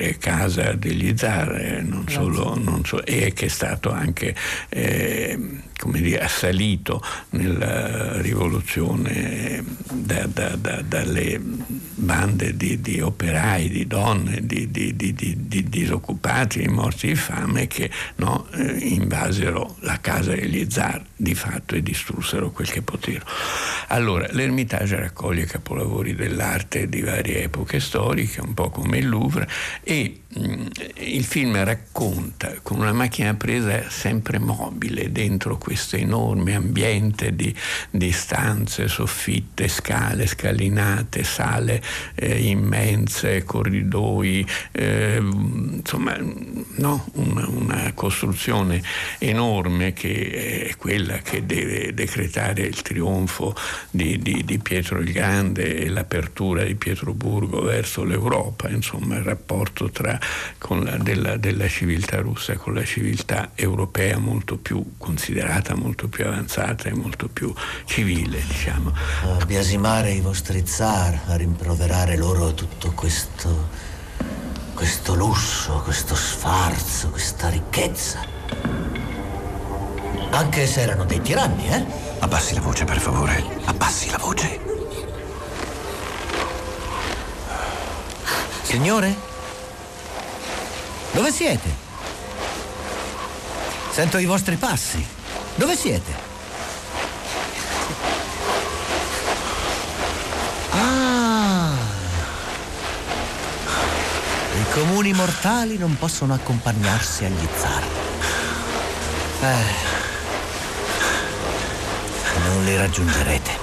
casa degli zar, e che è stato anche come dire, assalito nella rivoluzione dalle bande di operai, di donne, di disoccupati, di morti di fame che invasero la casa degli zar di fatto e distrussero quel che poterono. Allora, l'Ermitage raccoglie capolavori dell'arte di varie epoche storiche, un po' come il Louvre, e il film racconta con una macchina presa sempre mobile dentro questo enorme ambiente di stanze, soffitte, scale, scalinate, sale immense, corridoi, insomma, una costruzione enorme che è quella che deve decretare il trionfo di Pietro il Grande e l'apertura di Pietroburgo verso l'Europa, insomma il rapporto della civiltà russa con la civiltà europea, molto più considerata, molto più avanzata e molto più civile, diciamo. A biasimare i vostri zar, a rimproverare loro tutto questo lusso, questo sfarzo, questa ricchezza. Anche se erano dei tiranni, eh? Abbassi la voce, per favore. Abbassi la voce. Signore? Dove siete? Sento i vostri passi. Dove siete? Ah! I comuni mortali non possono accompagnarsi agli zar. Non li raggiungerete.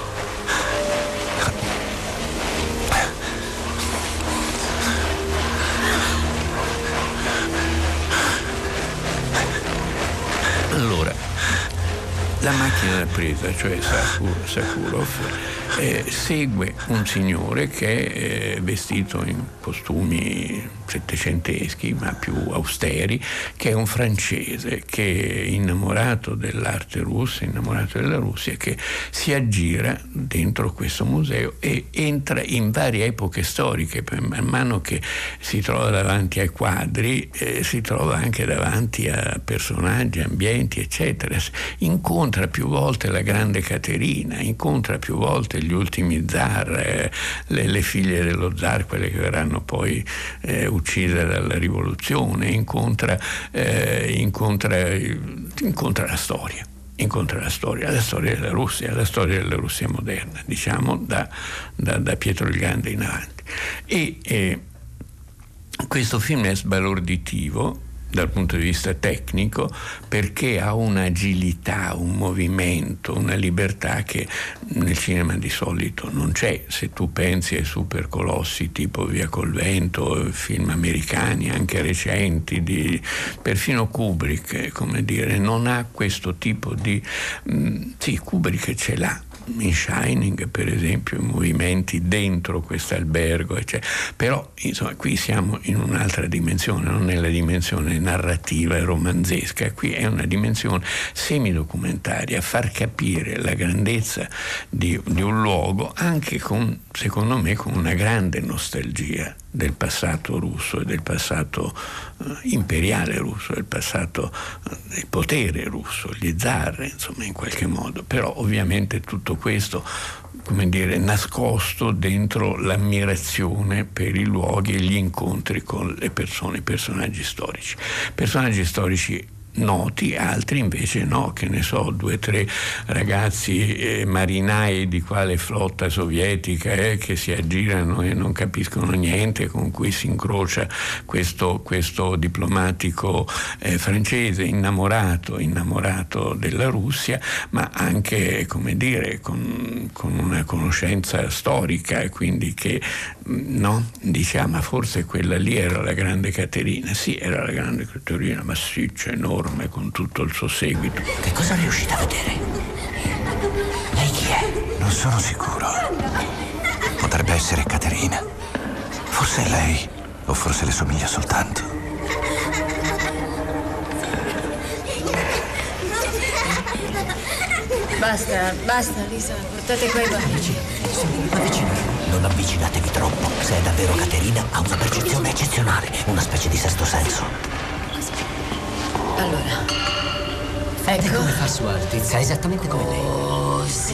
Allora, la macchina da presa, cioè Sokurov, segue un signore che è vestito in costumi settecenteschi ma più austeri, che è un francese che è innamorato dell'arte russa, innamorato della Russia, che si aggira dentro questo museo e entra in varie epoche storiche. Man mano che si trova davanti ai quadri, si trova anche davanti a personaggi, ambienti, eccetera. Incontra più volte la grande Caterina, incontra più volte gli ultimi zar, le figlie dello zar, quelle che verranno poi uccise dalla rivoluzione, incontra la storia. Incontra la storia della Russia, la storia della Russia moderna, diciamo da Pietro il Grande in avanti. E questo film è sbalorditivo dal punto di vista tecnico, perché ha un'agilità, un movimento, una libertà che nel cinema di solito non c'è. Se tu pensi ai supercolossi tipo Via col vento, film americani anche recenti, perfino Kubrick, come dire, non ha questo tipo di... Sì, Kubrick ce l'ha in Shining, per esempio, i movimenti dentro questo albergo, eccetera. Però insomma qui siamo in un'altra dimensione, non è la dimensione narrativa e romanzesca, qui è una dimensione semidocumentaria, far capire la grandezza di un luogo anche secondo me con una grande nostalgia del passato russo e del passato imperiale russo, del passato del potere russo, gli zar, insomma, in qualche modo. Però ovviamente tutto questo, come dire, nascosto dentro l'ammirazione per i luoghi e gli incontri con le persone, i personaggi storici noti, altri invece no, che ne so, 2 o 3 ragazzi marinai di quale flotta sovietica che si aggirano e non capiscono niente, con cui si incrocia questo diplomatico francese innamorato della Russia, ma anche, come dire, con una conoscenza storica, e quindi che no, diciamo, ma forse quella lì era la grande Caterina. Sì, era la grande Caterina, massiccia, enorme, con tutto il suo seguito. Che cosa riuscite a vedere? Lei chi è? Non sono sicuro. Potrebbe essere Caterina. Forse è lei, o forse le somiglia soltanto. Basta, Lisa, portate qua i bambini. Non avvicinatevi troppo. Se è davvero Caterina, ha una percezione eccezionale, una specie di sesto senso. Allora, ecco. passo, Altezza, esattamente come lei. Oh, sì.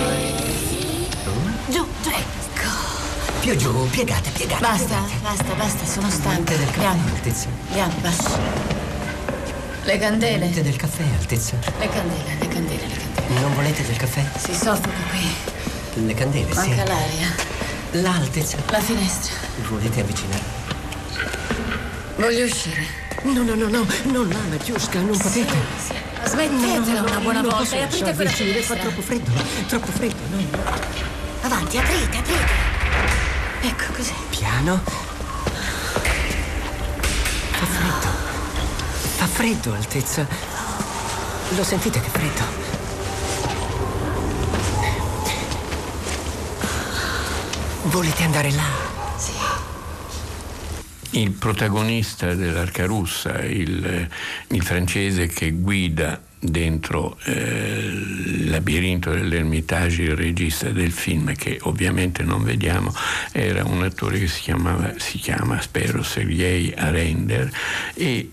Giù, ecco. Più giù, piegate. Basta, sono stanca. Niente del caffè, Andiamo. Altezza. Andiamo, basta. Le candele. Niente del caffè, Altezza. Le candele. Non volete del caffè? Si soffoca qui. Le candele, sì. Manca l'aria. Là, Altezza. La finestra. Volete avvicinare? Voglio uscire. No, non là, Mariuszka, non potete. Sì. Smettetela una buona non volta posso e aprite quella uscire, finestra. fa troppo freddo, no. Avanti, aprite. Ecco, così. Piano. Fa freddo, Altezza. Lo sentite che freddo? Volete andare là? Sì. Il protagonista dell'Arca Russa, il francese che guida dentro il labirinto dell'Ermitage, il regista del film, che ovviamente non vediamo, era un attore che si chiama, spero, Sergei Arender, e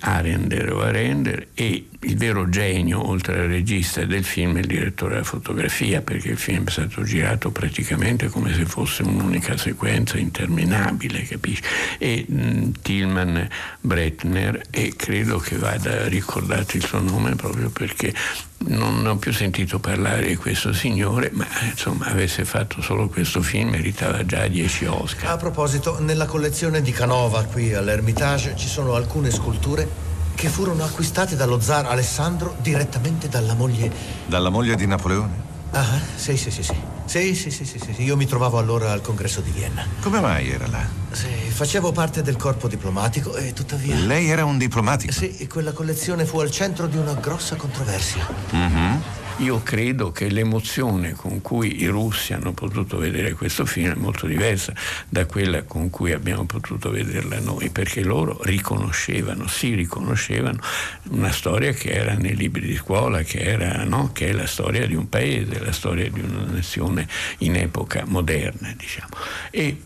il vero genio, oltre al regista del film, è il direttore della fotografia, perché il film è stato girato praticamente come se fosse un'unica sequenza interminabile, capisci? E Tilman Bretner, e credo che vada ricordato il suo nome proprio perché non ho più sentito parlare di questo signore, ma insomma, avesse fatto solo questo film meritava già 10 Oscar. A proposito, nella collezione di Canova qui all'Ermitage ci sono alcune sculture che furono acquistate dallo zar Alessandro direttamente dalla moglie. Dalla moglie di Napoleone? Ah, sì. Io mi trovavo allora al congresso di Vienna. Come mai era là? Sì, facevo parte del corpo diplomatico e tuttavia... Lei era un diplomatico? Sì, quella collezione fu al centro di una grossa controversia. Mm-hmm. Io credo che l'emozione con cui i russi hanno potuto vedere questo film è molto diversa da quella con cui abbiamo potuto vederla noi, perché loro si riconoscevano una storia che era nei libri di scuola, che è la storia di un paese, la storia di una nazione in epoca moderna, diciamo. E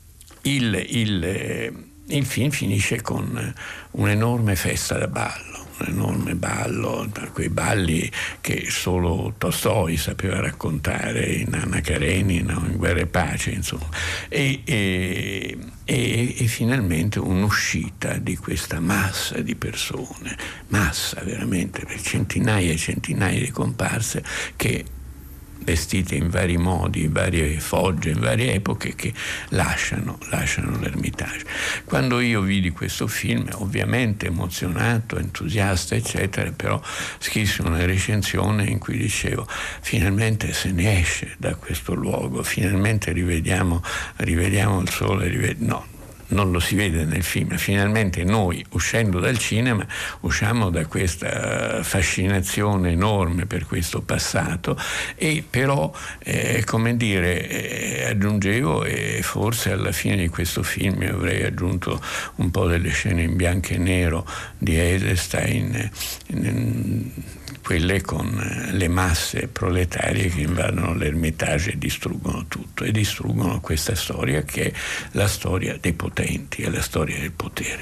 il film finisce con un'enorme festa da ballo. Un enorme ballo, quei balli che solo Tolstoi sapeva raccontare in Anna Karenina o in Guerra e Pace, insomma, e finalmente un'uscita di questa massa di persone, massa veramente, per centinaia e centinaia di comparse che, vestite in vari modi, in varie fogge, in varie epoche, che lasciano l'Ermitage. Quando io vidi questo film, ovviamente emozionato, entusiasta, eccetera, però scrissi una recensione in cui dicevo: finalmente se ne esce da questo luogo, finalmente rivediamo il sole, no. Non lo si vede nel film, finalmente noi, uscendo dal cinema, usciamo da questa fascinazione enorme per questo passato, e però, aggiungevo, e forse alla fine di questo film io avrei aggiunto un po' delle scene in bianco e nero di Eisenstein, quelle con le masse proletarie che invadono l'Ermitage e distruggono tutto, e distruggono questa storia che è la storia dei potenti, è la storia del potere.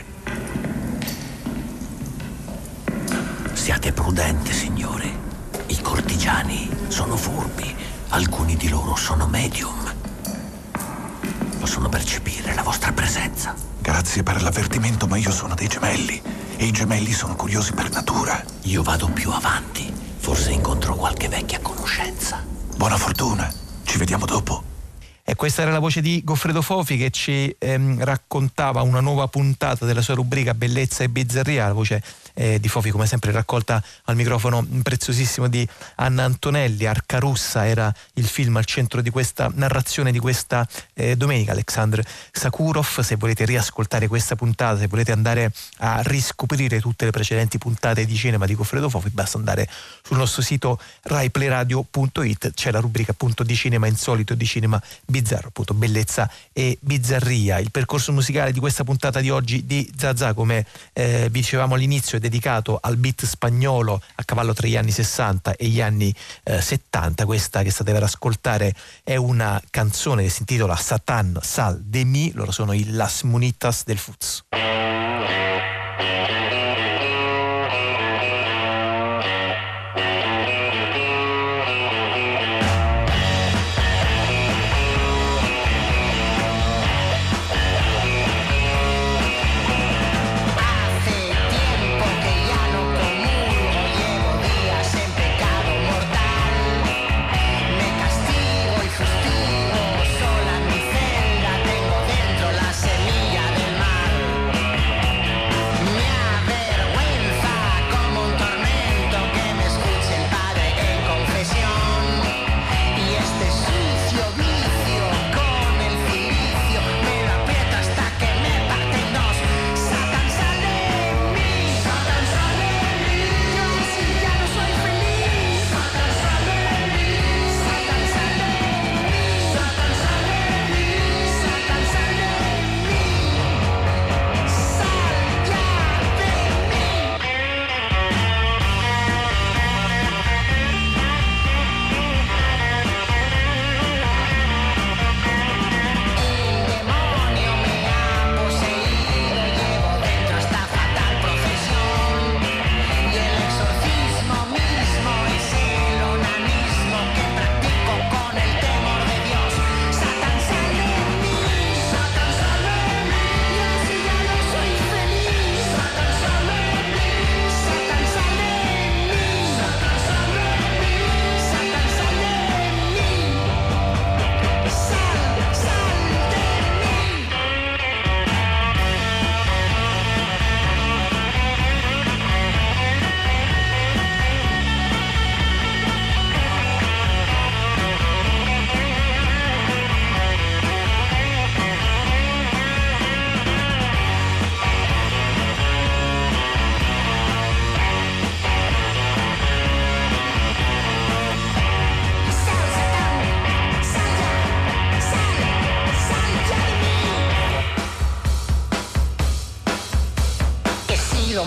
Siate prudenti, signore. I cortigiani sono furbi, alcuni di loro sono medium. Possono percepire la vostra presenza. Grazie per l'avvertimento, ma io sono dei gemelli, e i gemelli sono curiosi per natura. Io vado più avanti, forse incontro qualche vecchia conoscenza. Buona fortuna, ci vediamo dopo. E questa era la voce di Goffredo Fofi, che ci raccontava una nuova puntata della sua rubrica Bellezza e Bizzarria. La voce di Fofi, come sempre, raccolta al microfono preziosissimo di Anna Antonelli. Arca Russa era il film al centro di questa narrazione di questa domenica. Alexandr Sakurov. Se volete riascoltare questa puntata, se volete andare a riscoprire tutte le precedenti puntate di cinema di Goffredo Fofi, basta andare sul nostro sito raiplayradio.it. c'è la rubrica appunto di cinema insolito, di cinema bizzarro, appunto Bellezza e Bizzarria. Il percorso musicale di questa puntata di oggi di Zazà, come vi dicevamo all'inizio, è dedicato al beat spagnolo a cavallo tra gli anni 60 e gli anni 70. Questa che state per ascoltare è una canzone che si intitola Satan Sal de Mi. Loro sono i Las Munitas del Fuz.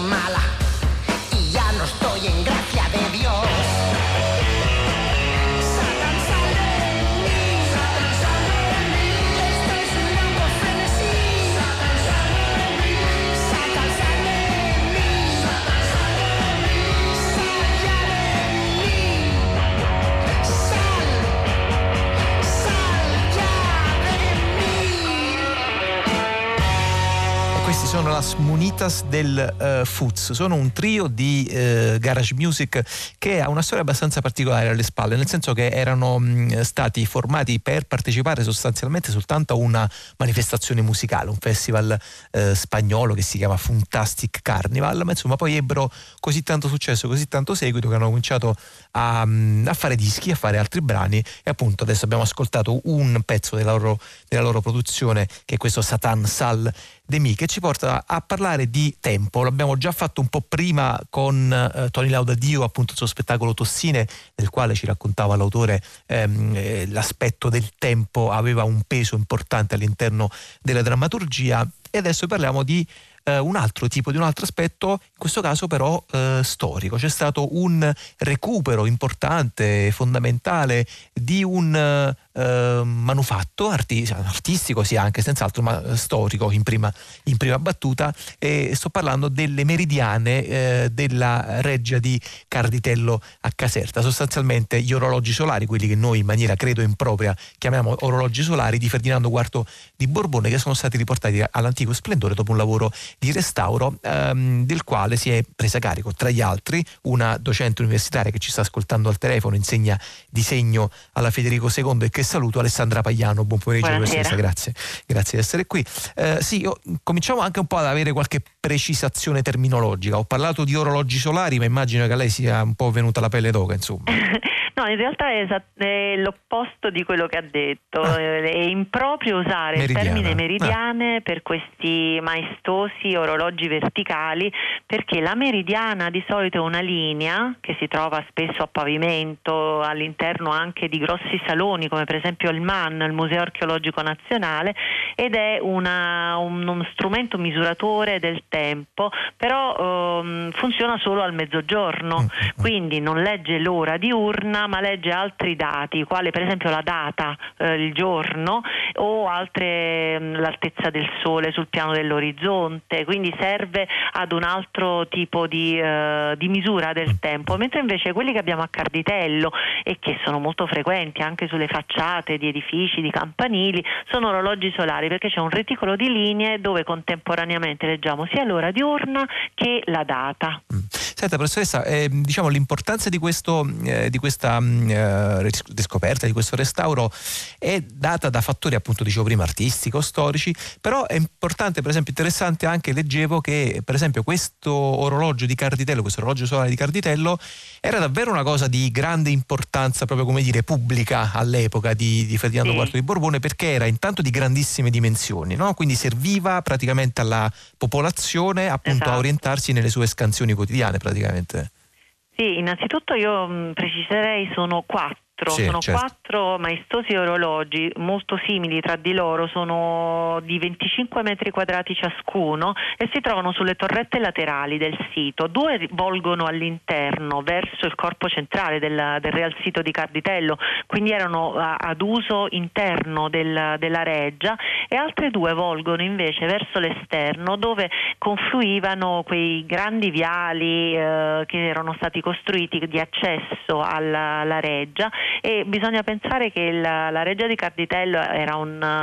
mala y ya no estoy en gracia de Dios. Questi sono las Munitas del Foots, sono un trio di garage music che ha una storia abbastanza particolare alle spalle, nel senso che erano stati formati per partecipare sostanzialmente soltanto a una manifestazione musicale, un festival spagnolo che si chiama Funtastic Carnival, ma insomma poi ebbero così tanto successo, così tanto seguito che hanno cominciato a fare dischi, a fare altri brani, e appunto adesso abbiamo ascoltato un pezzo della loro produzione, che è questo Satan Sal de Mi, che ci porta a parlare di tempo. L'abbiamo già fatto un po' prima con Tony Laudadio, appunto il suo spettacolo Tossine, nel quale ci raccontava l'autore l'aspetto del tempo aveva un peso importante all'interno della drammaturgia, e adesso parliamo di un altro tipo, di un altro aspetto, in questo caso però storico. C'è stato un recupero importante, fondamentale, di un manufatto artistico, sì, anche senz'altro, ma storico in prima battuta, e sto parlando delle meridiane della reggia di Carditello a Caserta, sostanzialmente gli orologi solari, quelli che noi in maniera credo impropria chiamiamo orologi solari, di Ferdinando IV di Borbone, che sono stati riportati all'antico splendore dopo un lavoro di restauro del quale si è presa carico, tra gli altri, una docente universitaria che ci sta ascoltando al telefono, insegna disegno alla Federico II e che saluto, Alessandra Pagliano. Buon pomeriggio, professoressa, grazie di essere qui. Sì, cominciamo anche un po' ad avere qualche precisazione terminologica. Ho parlato di orologi solari, ma immagino che a lei sia un po' venuta la pelle d'oca, insomma. No, in realtà è l'opposto di quello che ha detto. È improprio usare il termine meridiane per questi maestosi orologi verticali, perché la meridiana di solito è una linea che si trova spesso a pavimento, all'interno anche di grossi saloni, come per esempio il MAN, il Museo Archeologico Nazionale, ed è uno strumento misuratore del tempo, però funziona solo al mezzogiorno, quindi non legge l'ora diurna, ma legge altri dati, quali per esempio la data, il giorno, o l'altezza del sole sul piano dell'orizzonte, quindi serve ad un altro tipo di misura del tempo, mentre invece quelli che abbiamo a Carditello e che sono molto frequenti anche sulle facciate di edifici, di campanili, sono orologi solari, perché c'è un reticolo di linee dove contemporaneamente leggiamo sia l'ora diurna che la data. Senta, professoressa, diciamo l'importanza di questa riscoperta, di questo restauro, è data da fattori, appunto dicevo prima, artistico-storici, però è importante, per esempio interessante anche, leggevo che per esempio questo orologio di Carditello, questo orologio solare di Carditello, era davvero una cosa di grande importanza, proprio come dire pubblica, all'epoca di Ferdinando IV di Borbone, perché era intanto di grandissime dimensioni, no? Quindi serviva praticamente alla popolazione, appunto, a orientarsi nelle sue scansioni quotidiane praticamente. Sì, innanzitutto io preciserei sono quattro. Quattro maestosi orologi molto simili tra di loro, sono di 25 metri quadrati ciascuno e si trovano sulle torrette laterali del sito. 2 volgono all'interno verso il corpo centrale del Real Sito di Carditello, quindi erano ad uso interno della reggia, e altre 2 volgono invece verso l'esterno, dove confluivano quei grandi viali che erano stati costruiti di accesso alla reggia. E bisogna pensare che la reggia di Carditello era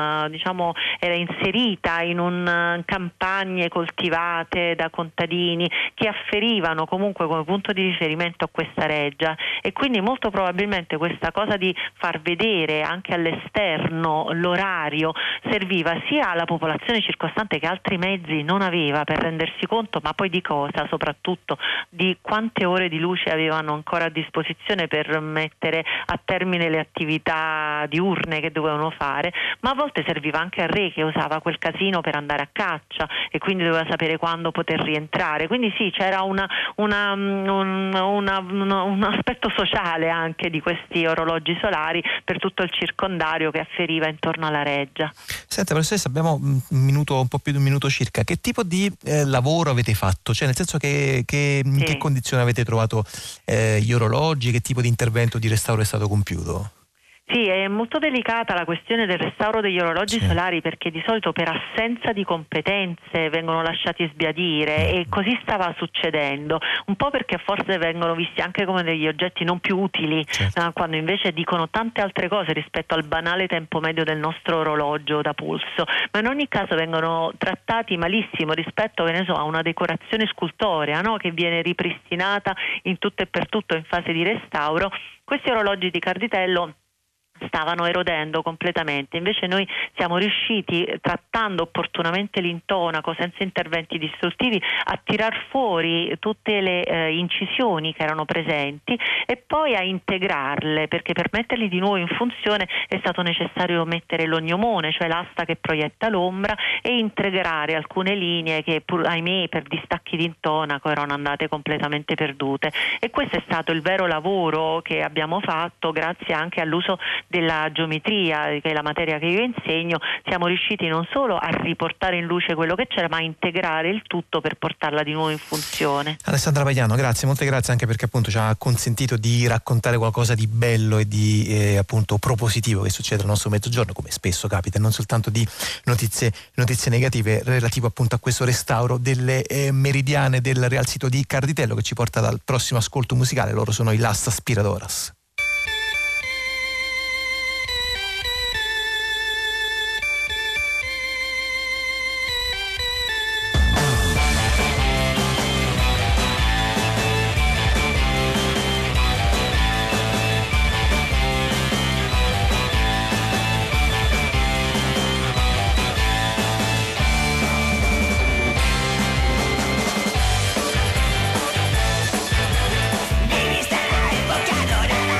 inserita in campagne coltivate da contadini che afferivano comunque come punto di riferimento a questa reggia, e quindi molto probabilmente questa cosa di far vedere anche all'esterno l'orario serviva sia alla popolazione circostante, che altri mezzi non aveva per rendersi conto, ma poi di cosa? Soprattutto di quante ore di luce avevano ancora a disposizione per mettere a a termine le attività diurne che dovevano fare, ma a volte serviva anche al re che usava quel casino per andare a caccia e quindi doveva sapere quando poter rientrare. Quindi sì, c'era un aspetto sociale anche di questi orologi solari per tutto il circondario che afferiva intorno alla reggia. Senta, professoressa, abbiamo un po' più di un minuto circa. Che tipo di lavoro avete fatto? Cioè, nel senso in che condizioni avete trovato gli orologi? Che tipo di intervento di restauro è stato compiuto? Sì, è molto delicata la questione del restauro degli orologi solari, perché di solito per assenza di competenze vengono lasciati sbiadire e così stava succedendo, un po' perché forse vengono visti anche come degli oggetti non più utili, quando invece dicono tante altre cose rispetto al banale tempo medio del nostro orologio da polso, ma in ogni caso vengono trattati malissimo rispetto, che ne so, a una decorazione scultorea, no? Che viene ripristinata in tutto e per tutto in fase di restauro. Questi orologi di Carditello stavano erodendo completamente, invece noi siamo riusciti, trattando opportunamente l'intonaco senza interventi distruttivi, a tirar fuori tutte le incisioni che erano presenti e poi a integrarle, perché per metterli di nuovo in funzione è stato necessario mettere l'ognomone, cioè l'asta che proietta l'ombra, e integrare alcune linee che ahimè per distacchi di intonaco erano andate completamente perdute. E questo è stato il vero lavoro che abbiamo fatto, grazie anche all'uso della geometria, che è la materia che io insegno. Siamo riusciti non solo a riportare in luce quello che c'era, ma a integrare il tutto per portarla di nuovo in funzione. Alessandra Pagliano, grazie, molte grazie, anche perché appunto ci ha consentito di raccontare qualcosa di bello e di appunto propositivo che succede al nostro Mezzogiorno, come spesso capita, non soltanto di notizie negative relativo appunto a questo restauro delle meridiane del Real Sito di Carditello, che ci porta dal prossimo ascolto musicale. Loro sono i Las Aspiradoras. Mi vista evocadora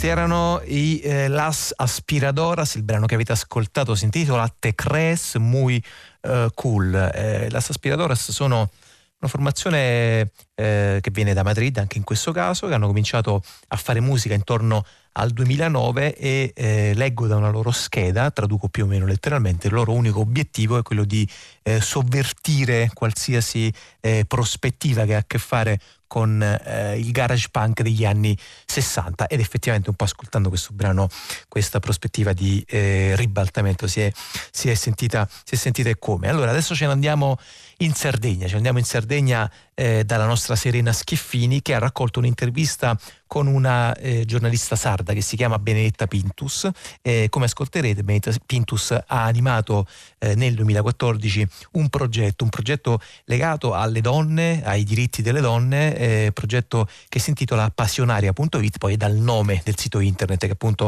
Questi erano i Las Aspiradoras, il brano che avete ascoltato si intitola Te Crees Muy Cool. Las Aspiradoras sono una formazione che viene da Madrid anche in questo caso, che hanno cominciato a fare musica intorno al 2009 e leggo da una loro scheda, traduco più o meno letteralmente, il loro unico obiettivo è quello di sovvertire qualsiasi prospettiva che ha a che fare con il garage punk degli anni 60, ed effettivamente un po' ascoltando questo brano questa prospettiva di ribaltamento si è sentita e come. Allora adesso ce ne andiamo in Sardegna, dalla nostra Serena Schiffini, che ha raccolto un'intervista con una giornalista sarda che si chiama Benedetta Pintus. Come ascolterete, Benedetta Pintus ha animato nel 2014 un progetto legato alle donne, ai diritti delle donne, progetto che si intitola Passionaria.it, poi è dal nome del sito internet che appunto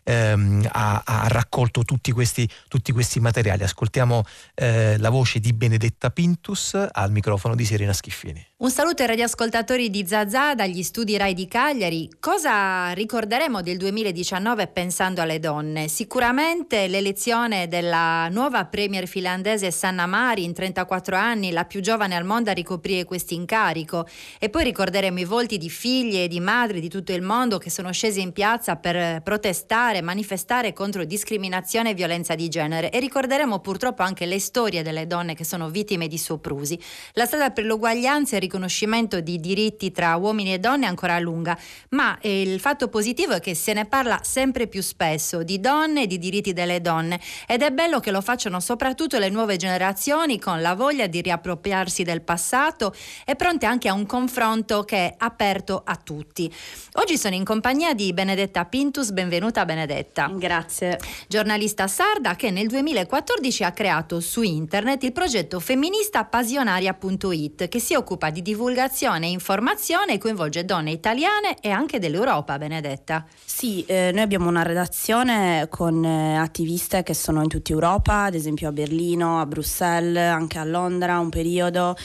ha raccolto tutti questi materiali. Ascoltiamo la voce di Benedetta Pintus al microfono di Serena Schiffini. Un saluto ai radioascoltatori di Zazà dagli studi Rai di Cagliari. Cosa ricorderemo del 2019 pensando alle donne? Sicuramente l'elezione della nuova premier finlandese Sanna Marin, 34 anni, la più giovane al mondo a ricoprire questo incarico. E poi ricorderemo i volti di figlie e di madri di tutto il mondo che sono scesi in piazza per protestare, manifestare contro discriminazione e violenza di genere. E ricorderemo purtroppo anche le storie delle donne che sono vittime di soprusi. La strada per l'uguaglianza e il riconoscimento di diritti tra uomini e donne è ancora lunga, ma il fatto positivo è che se ne parla sempre più spesso di donne e di diritti delle donne, ed è bello che lo facciano soprattutto le nuove generazioni, con la voglia di riappropriarsi del passato e pronte anche a un confronto che è aperto a tutti. Oggi sono in compagnia di Benedetta Pintus. Benvenuta Benedetta. Grazie. Giornalista sarda che nel 2014 ha creato su internet il progetto femminista Passionaria.it, che si occupa di divulgazione e informazione e coinvolge donne italiane e anche dell'Europa. Benedetta. Sì, noi abbiamo una redazione con attiviste che sono in tutta Europa, ad esempio a Berlino, a Bruxelles, anche a Londra un periodo,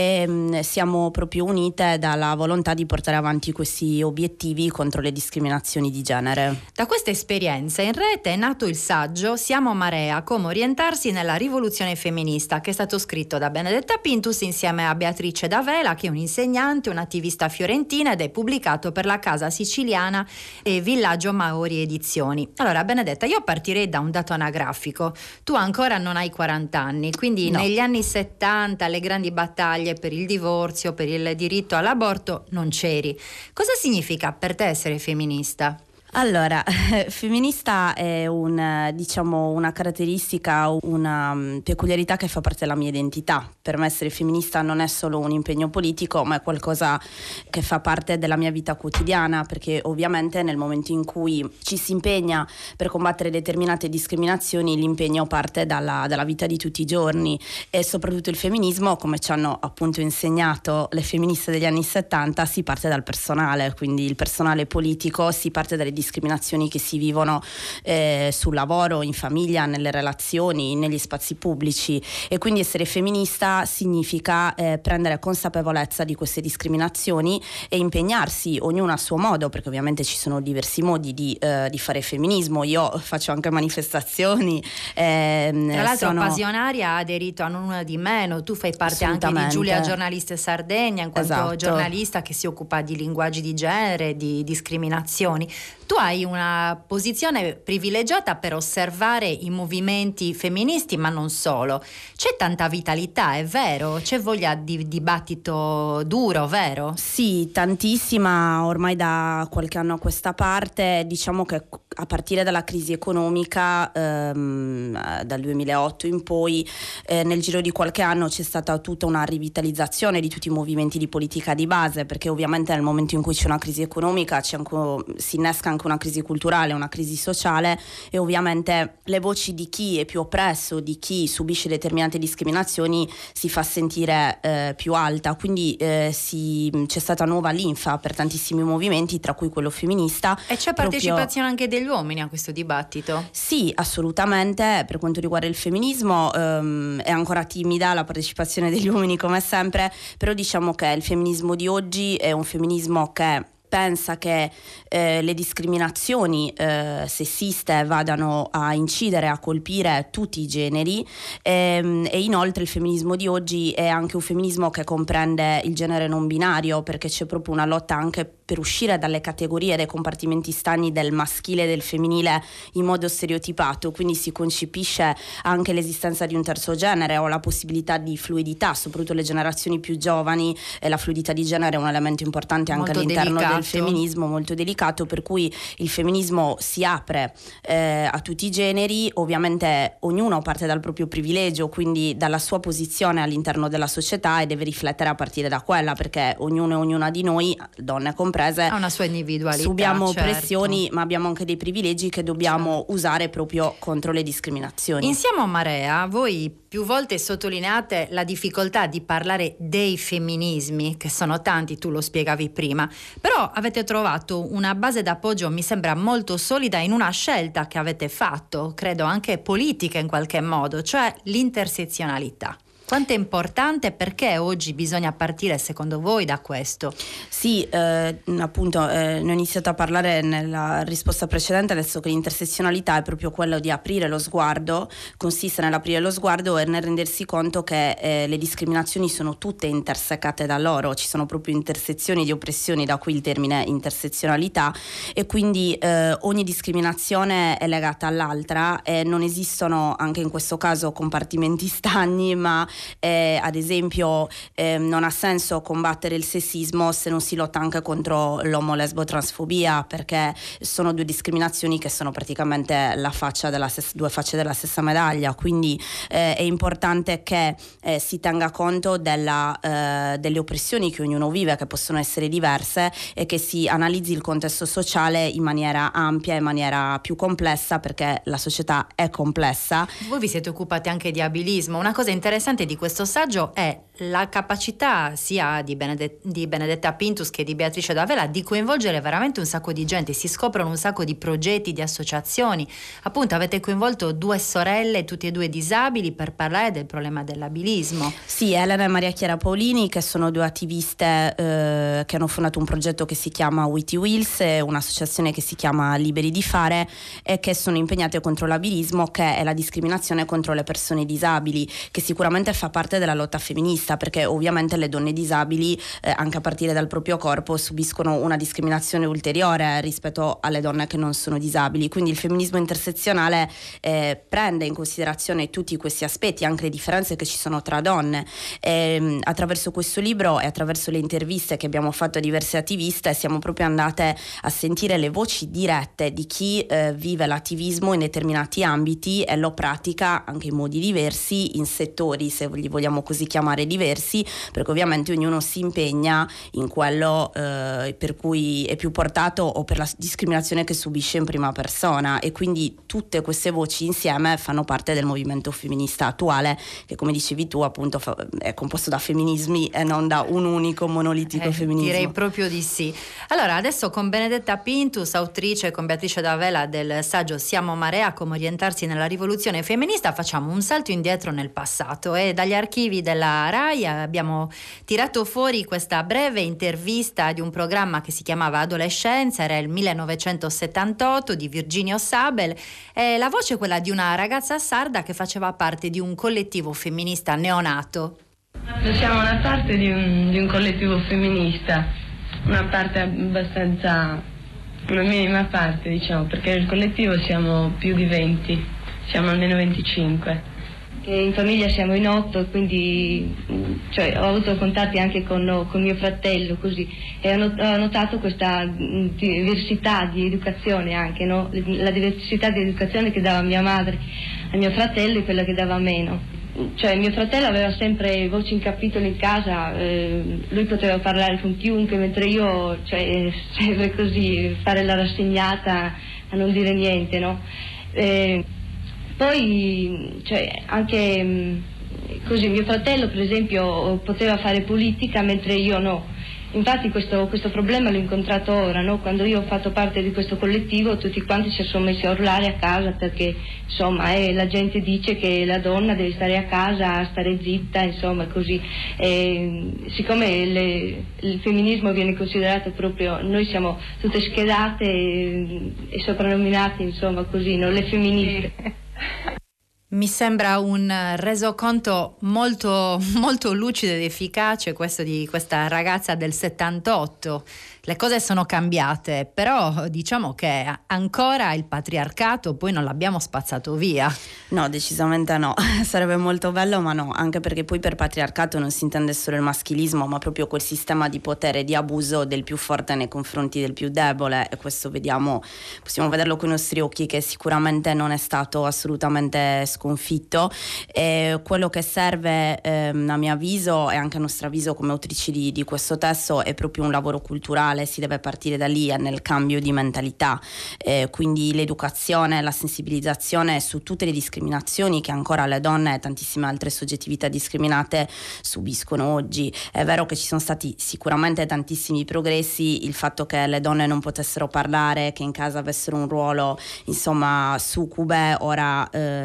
e siamo proprio unite dalla volontà di portare avanti questi obiettivi contro le discriminazioni di genere. Da questa esperienza in rete è nato il saggio Siamo Marea, come orientarsi nella rivoluzione femminista, che è stato scritto da Benedetta Pintus insieme a Beatrice D'Avela, che è un'insegnante, un'attivista fiorentina, ed è pubblicato per la casa siciliana Villaggio Maori Edizioni. Allora Benedetta, io partirei da un dato anagrafico. Tu ancora non hai 40 anni, quindi no. Negli anni 70 le grandi battaglie per il divorzio, per il diritto all'aborto non c'eri. Cosa significa per te essere femminista? Allora, femminista è una caratteristica, una peculiarità che fa parte della mia identità. Per me essere femminista non è solo un impegno politico, ma è qualcosa che fa parte della mia vita quotidiana, perché ovviamente nel momento in cui ci si impegna per combattere determinate discriminazioni, l'impegno parte dalla vita di tutti i giorni, e soprattutto il femminismo, come ci hanno appunto insegnato le femministe degli anni 70, si parte dal personale, quindi il personale politico, si parte dalle discriminazioni che si vivono sul lavoro, in famiglia, nelle relazioni, negli spazi pubblici, e quindi essere femminista significa prendere consapevolezza di queste discriminazioni e impegnarsi, ognuno a suo modo, perché ovviamente ci sono diversi modi di fare femminismo. Io faccio anche manifestazioni. Tra l'altro Passionaria ha aderito a Non Una di Meno, tu fai parte anche di Giulia Giornaliste Sardegna, in quanto giornalista che si occupa di linguaggi di genere, di discriminazioni. Tu hai una posizione privilegiata per osservare i movimenti femministi, ma non solo. C'è tanta vitalità, è vero? C'è voglia di dibattito duro, vero? Sì, tantissima, ormai da qualche anno a questa parte. Diciamo che a partire dalla crisi economica dal 2008 in poi, nel giro di qualche anno c'è stata tutta una rivitalizzazione di tutti i movimenti di politica di base, perché ovviamente nel momento in cui c'è una crisi economica si innesca anche una crisi culturale, una crisi sociale, e ovviamente le voci di chi è più oppresso, di chi subisce determinate discriminazioni, si fa sentire più alta. Quindi c'è stata nuova linfa per tantissimi movimenti, tra cui quello femminista. E c'è partecipazione anche degli uomini a questo dibattito? Sì, assolutamente. Per quanto riguarda il femminismo è ancora timida la partecipazione degli uomini, come sempre, però diciamo che il femminismo di oggi è un femminismo che pensa che le discriminazioni sessiste vadano a incidere, a colpire tutti i generi, e inoltre il femminismo di oggi è anche un femminismo che comprende il genere non binario, perché c'è proprio una lotta anche per uscire dalle categorie, dai compartimenti stagni del maschile e del femminile in modo stereotipato, quindi si concepisce anche l'esistenza di un terzo genere o la possibilità di fluidità, soprattutto le generazioni più giovani. La fluidità di genere è un elemento importante anche all'interno del femminismo, molto delicato, per cui il femminismo si apre a tutti i generi. Ovviamente ognuno parte dal proprio privilegio, quindi dalla sua posizione all'interno della società, e deve riflettere a partire da quella, perché ognuno e ognuna di noi, donne comprese, ha una sua individualità, subiamo certo, pressioni, ma abbiamo anche dei privilegi che dobbiamo usare proprio contro le discriminazioni. In Siamo Marea voi più volte sottolineate la difficoltà di parlare dei femminismi, che sono tanti, tu lo spiegavi prima, però avete trovato una base d'appoggio, mi sembra molto solida, in una scelta che avete fatto, credo anche politica in qualche modo, cioè l'intersezionalità. Quanto è importante, perché oggi bisogna partire secondo voi da questo? Sì, appunto ne ho iniziato a parlare nella risposta precedente, adesso che l'intersezionalità è proprio quello di aprire lo sguardo, consiste nell'aprire lo sguardo e nel rendersi conto che le discriminazioni sono tutte intersecate da loro, ci sono proprio intersezioni di oppressioni, da qui il termine intersezionalità, e quindi ogni discriminazione è legata all'altra e non esistono anche in questo caso compartimenti stagni, ma ad esempio non ha senso combattere il sessismo se non si lotta anche contro l'omo-lesbo-transfobia, perché sono due discriminazioni che sono praticamente due facce della stessa medaglia, quindi è importante che si tenga conto delle oppressioni che ognuno vive, che possono essere diverse, e che si analizzi il contesto sociale in maniera ampia, in maniera più complessa, perché la società è complessa. Voi vi siete occupati anche di abilismo. Una cosa interessante di questo saggio è la capacità sia di Benedetta Pintus che di Beatrice D'Avella di coinvolgere veramente un sacco di gente. Si scoprono un sacco di progetti, di associazioni. Appunto avete coinvolto 2 sorelle, tutte e 2 disabili, per parlare del problema dell'abilismo. Sì, Elena e Maria Chiara Paolini, che sono 2 attiviste che hanno fondato un progetto che si chiama Witty Wheels, un'associazione che si chiama Liberi di Fare, e che sono impegnate contro l'abilismo, che è la discriminazione contro le persone disabili, che sicuramente fa parte della lotta femminista, perché ovviamente le donne disabili anche a partire dal proprio corpo subiscono una discriminazione ulteriore rispetto alle donne che non sono disabili. Quindi il femminismo intersezionale prende in considerazione tutti questi aspetti, anche le differenze che ci sono tra donne. Attraverso questo libro e attraverso le interviste che abbiamo fatto a diverse attiviste siamo proprio andate a sentire le voci dirette di chi vive l'attivismo in determinati ambiti e lo pratica anche in modi diversi, in settori, se li vogliamo così chiamare, diversi, perché ovviamente ognuno si impegna in quello per cui è più portato, o per la discriminazione che subisce in prima persona, e quindi tutte queste voci insieme fanno parte del movimento femminista attuale, che come dicevi tu appunto è composto da femminismi e non da un unico monolitico femminismo. Direi proprio di sì. Allora adesso con Benedetta Pintus, autrice con Beatrice D'Avella del saggio Siamo Marea, come orientarsi nella rivoluzione femminista, facciamo un salto indietro nel passato e dagli archivi della RAI abbiamo tirato fuori questa breve intervista di un programma che si chiamava Adolescenza, era il 1978, di Virginio Sabel, e la voce è quella di una ragazza sarda che faceva parte di un collettivo femminista neonato. Noi siamo una parte di un collettivo femminista, una parte abbastanza, una minima parte diciamo, perché nel collettivo siamo più di 20, siamo almeno 25. E in famiglia siamo in 8, quindi ho avuto contatti anche con mio fratello, così, e ho notato questa diversità di educazione anche, no? La diversità di educazione che dava mia madre a mio fratello e quella che dava a meno. Mio fratello aveva sempre voci in capitolo in casa, lui poteva parlare con chiunque, mentre io, sempre così, fare la rassegnata a non dire niente, no? Poi, anche così, mio fratello per esempio poteva fare politica mentre io no, Infatti questo problema l'ho incontrato ora, no? Quando io ho fatto parte di questo collettivo tutti quanti si sono messi a urlare a casa perché insomma la gente dice che la donna deve stare a casa, stare zitta, insomma così. Siccome il femminismo viene considerato proprio, noi siamo tutte schedate e soprannominate insomma così, no? Le femministe. Mi sembra un resoconto molto, molto lucido ed efficace questo di questa ragazza del 78. Le cose sono cambiate, però diciamo che ancora il patriarcato poi non l'abbiamo spazzato via. No, decisamente no. Sarebbe molto bello, ma no, anche perché poi per patriarcato non si intende solo il maschilismo, ma proprio quel sistema di potere, di abuso del più forte nei confronti del più debole, e questo possiamo vederlo con i nostri occhi, che sicuramente non è stato assolutamente sconfitto. E quello che serve, a mio avviso e anche a nostro avviso come autrici di questo testo, è proprio un lavoro culturale. Si deve partire da lì, nel cambio di mentalità, quindi l'educazione, la sensibilizzazione su tutte le discriminazioni che ancora le donne e tantissime altre soggettività discriminate subiscono oggi. È vero che ci sono stati sicuramente tantissimi progressi, il fatto che le donne non potessero parlare, che in casa avessero un ruolo insomma succube, ora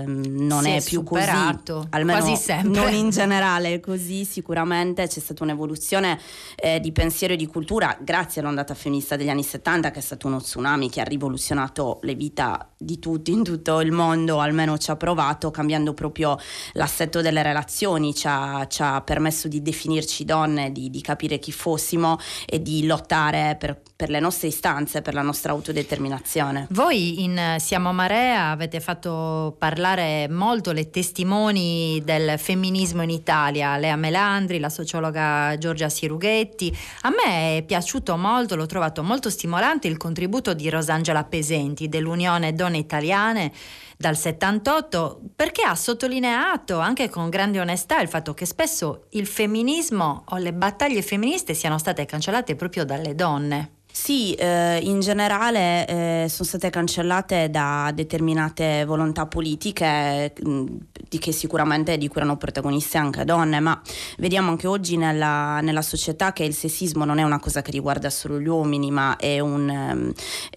non è più superato, così, almeno quasi sempre. Non in generale così. Sicuramente c'è stata un'evoluzione di pensiero e di cultura grazie all'ondata femminista degli anni 70, che è stato uno tsunami che ha rivoluzionato le vita di tutti in tutto il mondo, almeno ci ha provato, cambiando proprio l'assetto delle relazioni, ci ha permesso di definirci donne, di capire chi fossimo e di lottare per le nostre istanze, per la nostra autodeterminazione. Voi in Siamo Marea avete fatto parlare molto le testimoni del femminismo in Italia, Lea Melandri, la sociologa Giorgia Sirughetti. A me è piaciuto molto, l'ho trovato molto stimolante il contributo di Rosangela Pesenti dell'Unione Donne Italiane dal 78, perché ha sottolineato anche con grande onestà il fatto che spesso il femminismo o le battaglie femministe siano state cancellate proprio dalle donne. Sì, in generale sono state cancellate da determinate volontà politiche di che sicuramente di cui erano protagoniste anche donne, ma vediamo anche oggi nella società che il sessismo non è una cosa che riguarda solo gli uomini, ma è un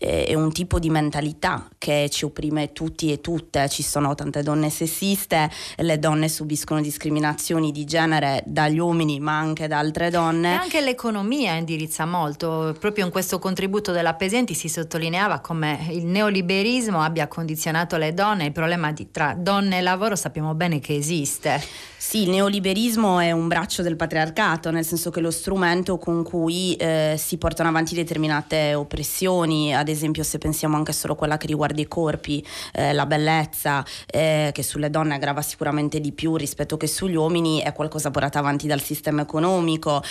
tipo di mentalità che ci opprime tutti e tutte. Ci sono tante donne sessiste, le donne subiscono discriminazioni di genere dagli uomini ma anche da altre donne. E anche l'economia indirizza molto, proprio in questo contributo della Pesenti si sottolineava come il neoliberismo abbia condizionato le donne. Il problema tra donne e lavoro sappiamo bene che esiste. Sì, il neoliberismo è un braccio del patriarcato, nel senso che è lo strumento con cui si portano avanti determinate oppressioni, ad esempio se pensiamo anche solo a quella che riguarda i corpi, la bellezza, che sulle donne aggrava sicuramente di più rispetto che sugli uomini, è qualcosa portato avanti dal sistema economico,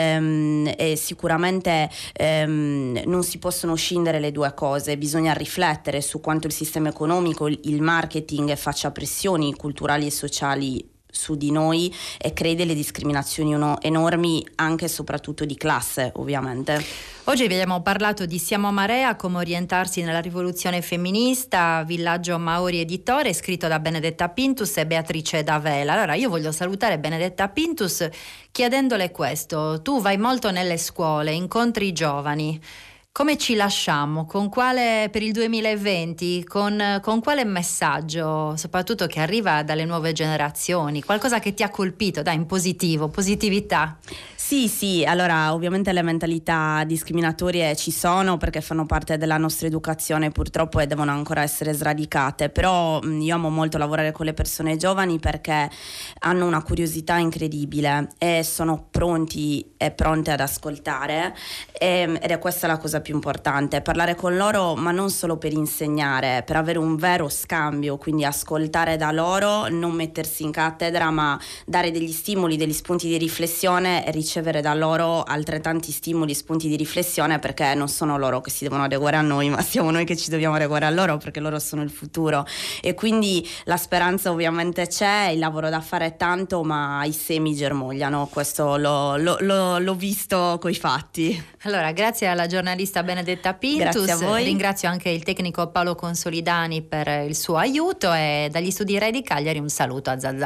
e sicuramente non si possono scindere le due cose. Bisogna riflettere su quanto il sistema economico, il marketing faccia pressioni culturali e sociali su di noi e crei delle discriminazioni enormi anche e soprattutto di classe, ovviamente. Oggi vi abbiamo parlato di Siamo Marea, come orientarsi nella rivoluzione femminista, Villaggio Maori editore, scritto da Benedetta Pintus e Beatrice D'Avela. Allora io voglio salutare Benedetta Pintus chiedendole questo: tu vai molto nelle scuole, incontri i giovani. Come ci lasciamo? Con quale, per il 2020, con quale messaggio, soprattutto che arriva dalle nuove generazioni? Qualcosa che ti ha colpito, dai, in positivo, positività? Sì, allora ovviamente le mentalità discriminatorie ci sono perché fanno parte della nostra educazione purtroppo e devono ancora essere sradicate, però io amo molto lavorare con le persone giovani perché hanno una curiosità incredibile e sono pronti e pronte ad ascoltare, ed è questa la cosa più importante, parlare con loro, ma non solo per insegnare, per avere un vero scambio, quindi ascoltare da loro, non mettersi in cattedra, ma dare degli stimoli, degli spunti di riflessione e ricevere da loro altrettanti stimoli, spunti di riflessione, perché non sono loro che si devono adeguare a noi, ma siamo noi che ci dobbiamo adeguare a loro, perché loro sono il futuro. E quindi la speranza ovviamente c'è, il lavoro da fare è tanto, ma i semi germogliano, questo l'ho visto coi fatti. Allora, grazie alla giornalista Benedetta Pintus, grazie a voi. Ringrazio anche il tecnico Paolo Consolidani per il suo aiuto e dagli studi Rai di Cagliari un saluto a Zazà.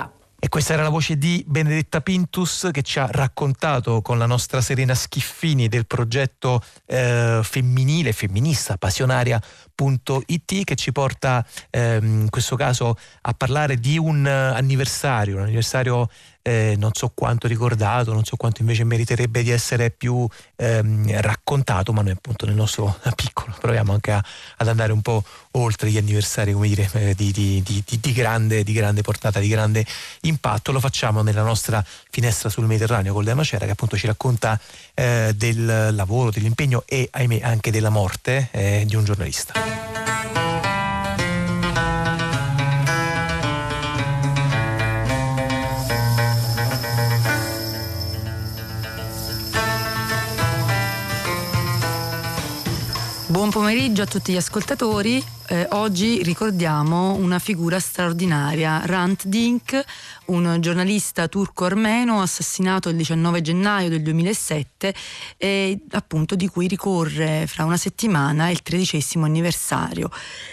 E questa era la voce di Benedetta Pintus, che ci ha raccontato con la nostra Serena Schiffini del progetto femminista passionaria.it, che ci porta in questo caso a parlare di un anniversario non so quanto ricordato, non so quanto invece meriterebbe di essere più raccontato, ma noi appunto nel nostro piccolo proviamo anche ad andare un po' oltre gli anniversari, come dire, di grande portata, di grande impatto. Lo facciamo nella nostra finestra sul Mediterraneo con Lea Macera, che appunto ci racconta del lavoro, dell'impegno e ahimè anche della morte di un giornalista. Buon pomeriggio a tutti gli ascoltatori. Oggi ricordiamo una figura straordinaria, Hrant Dink, un giornalista turco-armeno assassinato il 19 gennaio del 2007 e appunto di cui ricorre fra una settimana il 13° anniversario.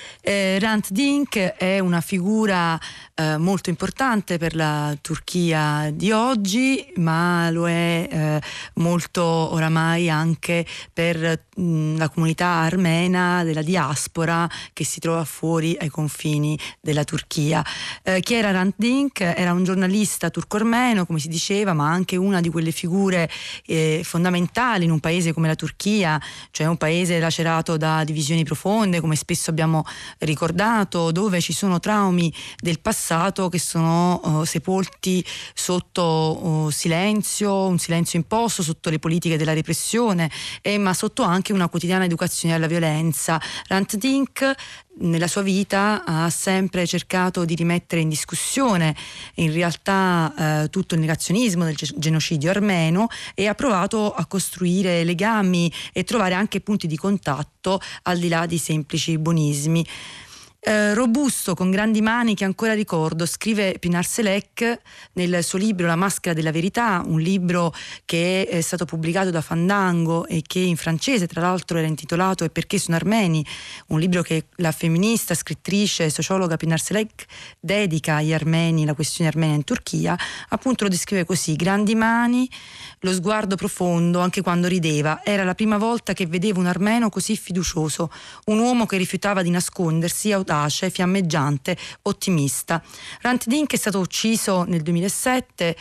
Hrant Dink è una figura molto importante per la Turchia di oggi, ma lo è molto oramai anche per la comunità armena della diaspora che si trova fuori ai confini della Turchia. Chi era Hrant Dink? Era un giornalista turco-armeno, come si diceva, ma anche una di quelle figure fondamentali in un paese come la Turchia, cioè un paese lacerato da divisioni profonde, come spesso abbiamo ricordato, dove ci sono traumi del passato che sono sepolti sotto silenzio, un silenzio imposto, sotto le politiche della repressione, ma sotto anche una quotidiana educazione alla violenza. Hrant Dink nella sua vita ha sempre cercato di rimettere in discussione in realtà tutto il negazionismo del genocidio armeno e ha provato a costruire legami e trovare anche punti di contatto al di là di semplici buonismi. Robusto, con grandi mani che ancora ricordo, scrive Pinar Selek nel suo libro La maschera della verità, un libro che è stato pubblicato da Fandango e che in francese tra l'altro era intitolato E perché sono armeni, un libro che la femminista, scrittrice e sociologa Pinar Selek dedica agli armeni, la questione armena in Turchia. Appunto lo descrive così: grandi mani, lo sguardo profondo anche quando rideva. Era la prima volta che vedevo un armeno così fiducioso, un uomo che rifiutava di nascondersi, audace, fiammeggiante, ottimista. Hrant Dink è stato ucciso nel 2007,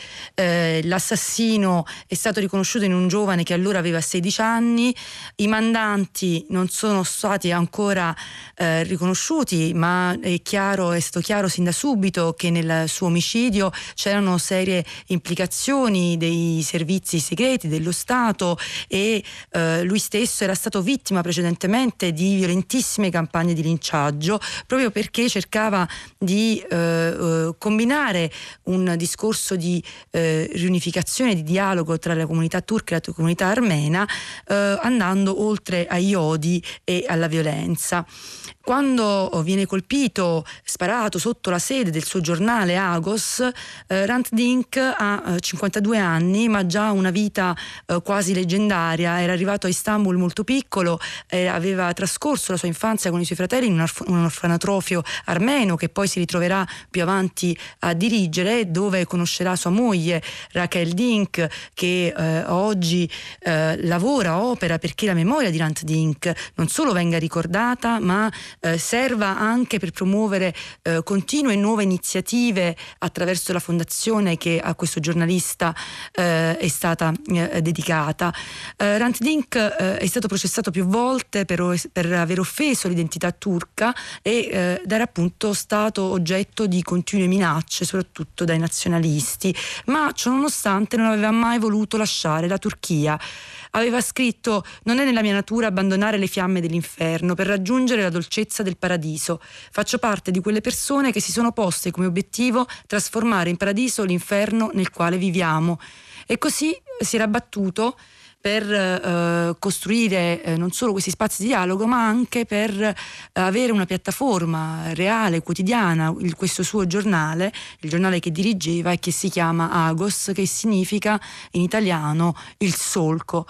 l'assassino è stato riconosciuto in un giovane che allora aveva 16 anni, i mandanti non sono stati ancora riconosciuti, ma è stato chiaro sin da subito che nel suo omicidio c'erano serie implicazioni dei servizi segreti dello Stato e lui stesso era stato vittima precedentemente di violentissime campagne di linciaggio, proprio perché cercava di combinare un discorso di riunificazione, di dialogo tra la comunità turca e la comunità armena, andando oltre agli odi e alla violenza. Quando viene colpito, sparato sotto la sede del suo giornale Agos, Hrant Dink ha 52 anni, ma già una vita quasi leggendaria. Era arrivato a Istanbul molto piccolo, aveva trascorso la sua infanzia con i suoi fratelli in un orfanotrofio armeno che poi si ritroverà più avanti a dirigere, dove conoscerà sua moglie Raquel Dink, che oggi opera perché la memoria di Hrant Dink non solo venga ricordata, ma serva anche per promuovere continue nuove iniziative attraverso la fondazione che a questo giornalista è stata dedicata. Hrant Dink è stato processato più volte per aver offeso l'identità turca ed era appunto stato oggetto di continue minacce, soprattutto dai nazionalisti, ma ciononostante non aveva mai voluto lasciare la Turchia. Aveva scritto: non è nella mia natura abbandonare le fiamme dell'inferno per raggiungere la dolcezza del paradiso. Faccio parte di quelle persone che si sono poste come obiettivo trasformare in paradiso l'inferno nel quale viviamo. E così si era battuto per costruire non solo questi spazi di dialogo, ma anche per avere una piattaforma reale, quotidiana, questo suo giornale, il giornale che dirigeva e che si chiama Agos, che significa in italiano il solco.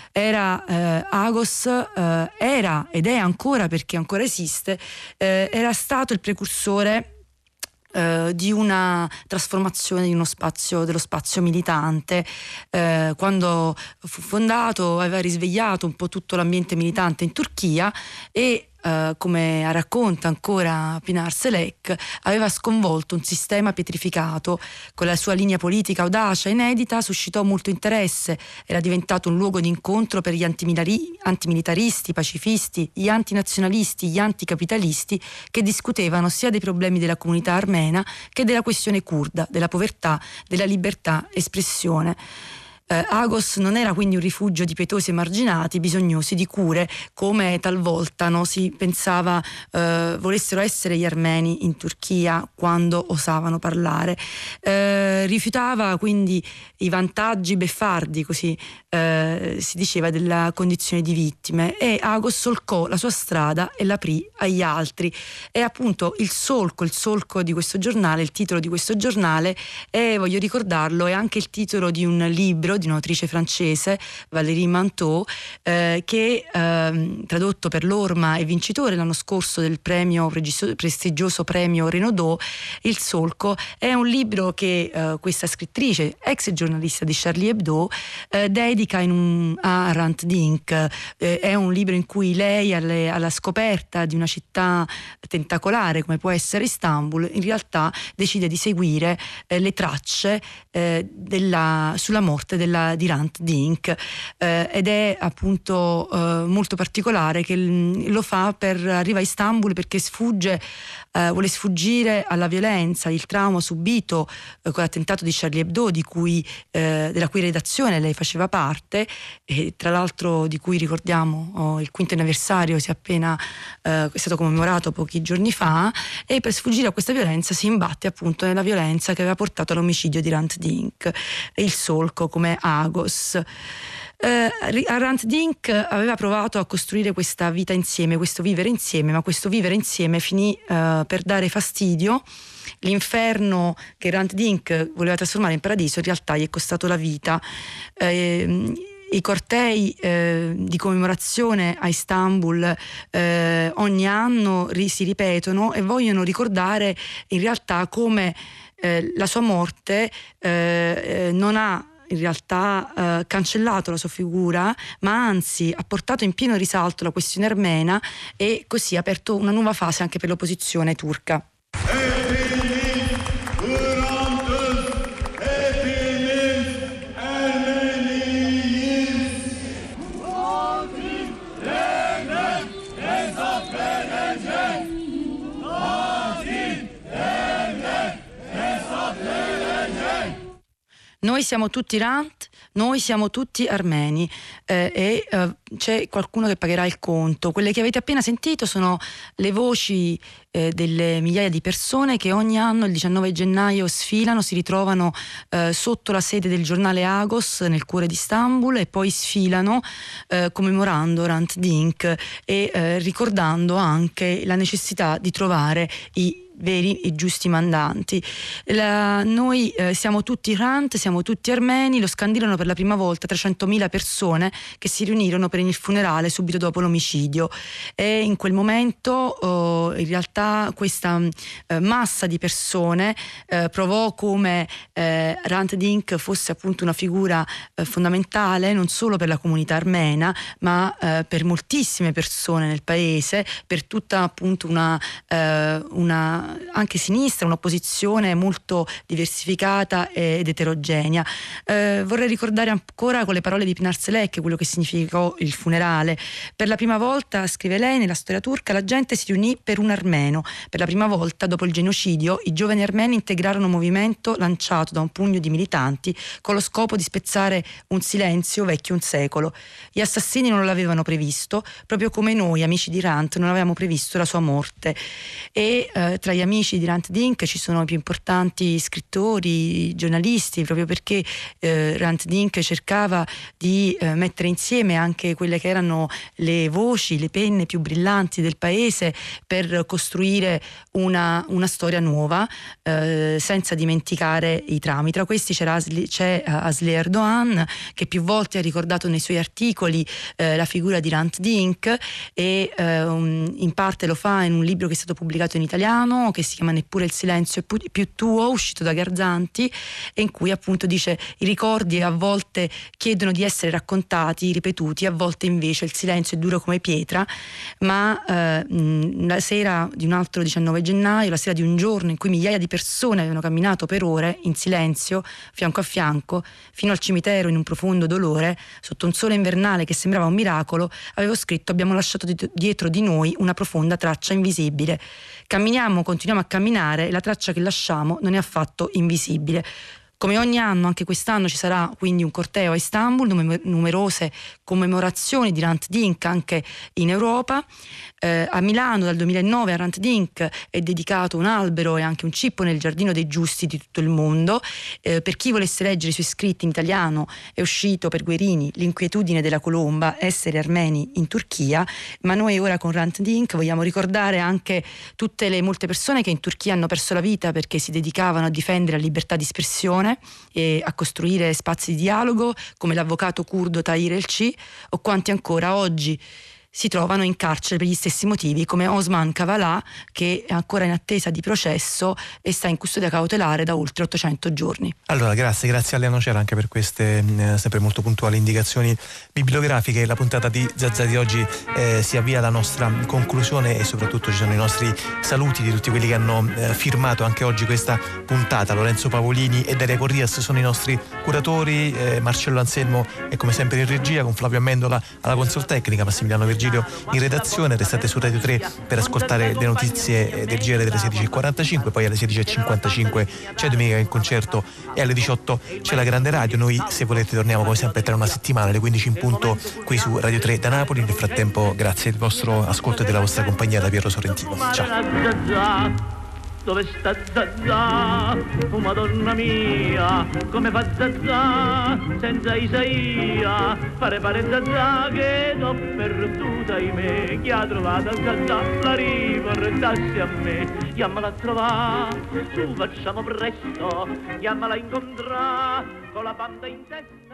Agos era ed è ancora, perché ancora esiste, era stato il precursore di una trasformazione di dello spazio militante. Quando fu fondato aveva risvegliato un po' tutto l'ambiente militante in Turchia e come racconta ancora Pinar Selek, aveva sconvolto un sistema pietrificato. Con la sua linea politica audace e inedita suscitò molto interesse, era diventato un luogo di incontro per gli antimilitaristi, pacifisti, gli antinazionalisti, gli anticapitalisti che discutevano sia dei problemi della comunità armena che della questione curda, della povertà, della libertà espressione. Agos non era quindi un rifugio di pietosi emarginati bisognosi di cure, come talvolta si pensava volessero essere gli armeni in Turchia quando osavano parlare. Rifiutava quindi i vantaggi beffardi, così si diceva, della condizione di vittime, e Agos solcò la sua strada e l'aprì agli altri. E appunto il solco di questo giornale, il titolo di questo giornale voglio ricordarlo, è anche il titolo di un libro di un'autrice francese, Valérie Manteau, che tradotto per l'Orma e vincitore l'anno scorso del prestigioso premio Renaudot. Il solco è un libro che questa scrittrice, ex giornalista di Charlie Hebdo, dedica a Hrant Dink. È un libro in cui lei, alla scoperta di una città tentacolare come può essere Istanbul, in realtà decide di seguire le tracce sulla morte di Hrant Dink, ed è appunto molto particolare che lo fa arriva a Istanbul perché vuole sfuggire alla violenza, il trauma subito con l'attentato di Charlie Hebdo, della cui redazione lei faceva parte, e tra l'altro di cui ricordiamo il 5° anniversario è stato commemorato pochi giorni fa, e per sfuggire a questa violenza si imbatte appunto nella violenza che aveva portato all'omicidio di Hrant Dink. Il solco come Agos. Hrant Dink aveva provato a costruire questa vita insieme, questo vivere insieme, ma questo vivere insieme finì per dare fastidio. L'inferno che Hrant Dink voleva trasformare in paradiso in realtà gli è costato la vita. I cortei di commemorazione a Istanbul ogni anno si ripetono e vogliono ricordare in realtà come la sua morte non ha in realtà cancellato la sua figura, ma anzi ha portato in pieno risalto la questione armena e così ha aperto una nuova fase anche per l'opposizione turca. Noi siamo tutti Hrant, noi siamo tutti armeni, e c'è qualcuno che pagherà il conto. Quelle che avete appena sentito sono le voci delle migliaia di persone che ogni anno il 19 gennaio sfilano, si ritrovano sotto la sede del giornale Agos nel cuore di Istanbul e poi sfilano commemorando Hrant Dink e ricordando anche la necessità di trovare i veri e giusti mandanti. Noi siamo tutti Hrant, siamo tutti armeni, lo scandirono per la prima volta 300.000 persone che si riunirono per il funerale subito dopo l'omicidio, e in quel momento in realtà questa massa di persone provò come Hrant Dink fosse appunto una figura fondamentale non solo per la comunità armena ma per moltissime persone nel paese, per tutta appunto una anche sinistra, un'opposizione molto diversificata ed eterogenea. Vorrei ricordare ancora con le parole di Pinar Selek quello che significò il funerale. Per la prima volta, scrive lei, nella storia turca la gente si riunì per un armeno. Per la prima volta dopo il genocidio i giovani armeni integrarono un movimento lanciato da un pugno di militanti con lo scopo di spezzare un silenzio vecchio un secolo. Gli assassini non l'avevano previsto, proprio come noi amici di Hrant non avevamo previsto la sua morte. E tra gli amici di Hrant Dink ci sono i più importanti scrittori, giornalisti, proprio perché Hrant Dink cercava di mettere insieme anche quelle che erano le voci, le penne più brillanti del paese per costruire una storia nuova, senza dimenticare i trami. Tra questi c'è Asli Erdogan, che più volte ha ricordato nei suoi articoli la figura di Hrant Dink e in parte lo fa in un libro che è stato pubblicato in italiano, Meno, che si chiama Neppure il silenzio è più tuo, uscito da Garzanti, e in cui appunto dice: i ricordi a volte chiedono di essere raccontati, ripetuti, a volte invece il silenzio è duro come pietra. Ma la sera di un altro 19 gennaio, la sera di un giorno in cui migliaia di persone avevano camminato per ore in silenzio, fianco a fianco, fino al cimitero in un profondo dolore, sotto un sole invernale che sembrava un miracolo, avevo scritto: abbiamo lasciato dietro di noi una profonda traccia invisibile. Camminiamo, continuiamo a camminare e la traccia che lasciamo non è affatto invisibile. Come ogni anno, anche quest'anno ci sarà quindi un corteo a Istanbul, numerose commemorazioni di Hrant Dink anche in Europa. A Milano dal 2009 a Hrant Dink è dedicato un albero e anche un cippo nel Giardino dei Giusti di tutto il mondo. Per chi volesse leggere i suoi scritti in italiano è uscito per Guerini L'inquietudine della colomba, essere armeni in Turchia, ma noi ora con Hrant Dink vogliamo ricordare anche tutte le molte persone che in Turchia hanno perso la vita perché si dedicavano a difendere la libertà di espressione e a costruire spazi di dialogo, come l'avvocato curdo Tahir Elçi, o quanti ancora oggi si trovano in carcere per gli stessi motivi, come Osman Kavala, che è ancora in attesa di processo e sta in custodia cautelare da oltre 800 giorni. Allora, grazie a Lea Nocera anche per queste sempre molto puntuali indicazioni bibliografiche. La puntata di Zazà di oggi si avvia alla nostra conclusione, e soprattutto ci sono i nostri saluti di tutti quelli che hanno firmato anche oggi questa puntata. Lorenzo Pavolini e Daria Corrias sono i nostri curatori, Marcello Anselmo è come sempre in regia, con Flavio Amendola alla console tecnica, Massimiliano Virgilio in redazione. Restate su Radio 3 per ascoltare le notizie del GR delle 16.45, poi alle 16.55 c'è Domenica in Concerto e alle 18 c'è la Grande Radio. Noi, se volete, torniamo come sempre tra una settimana alle 15 in punto qui su Radio 3 da Napoli. Nel frattempo, grazie del vostro ascolto e della vostra compagnia da Piero Sorrentino. Ciao. Dove sta Zazà? Oh Madonna mia, come fa Zazà senza Isaia? Pare Zazà che l'ho perduta, ahimè. Chi ha trovato Zazà la riportassi a me. Chiamala a trovare, su facciamo presto, chiamala a incontrare con la banda in testa.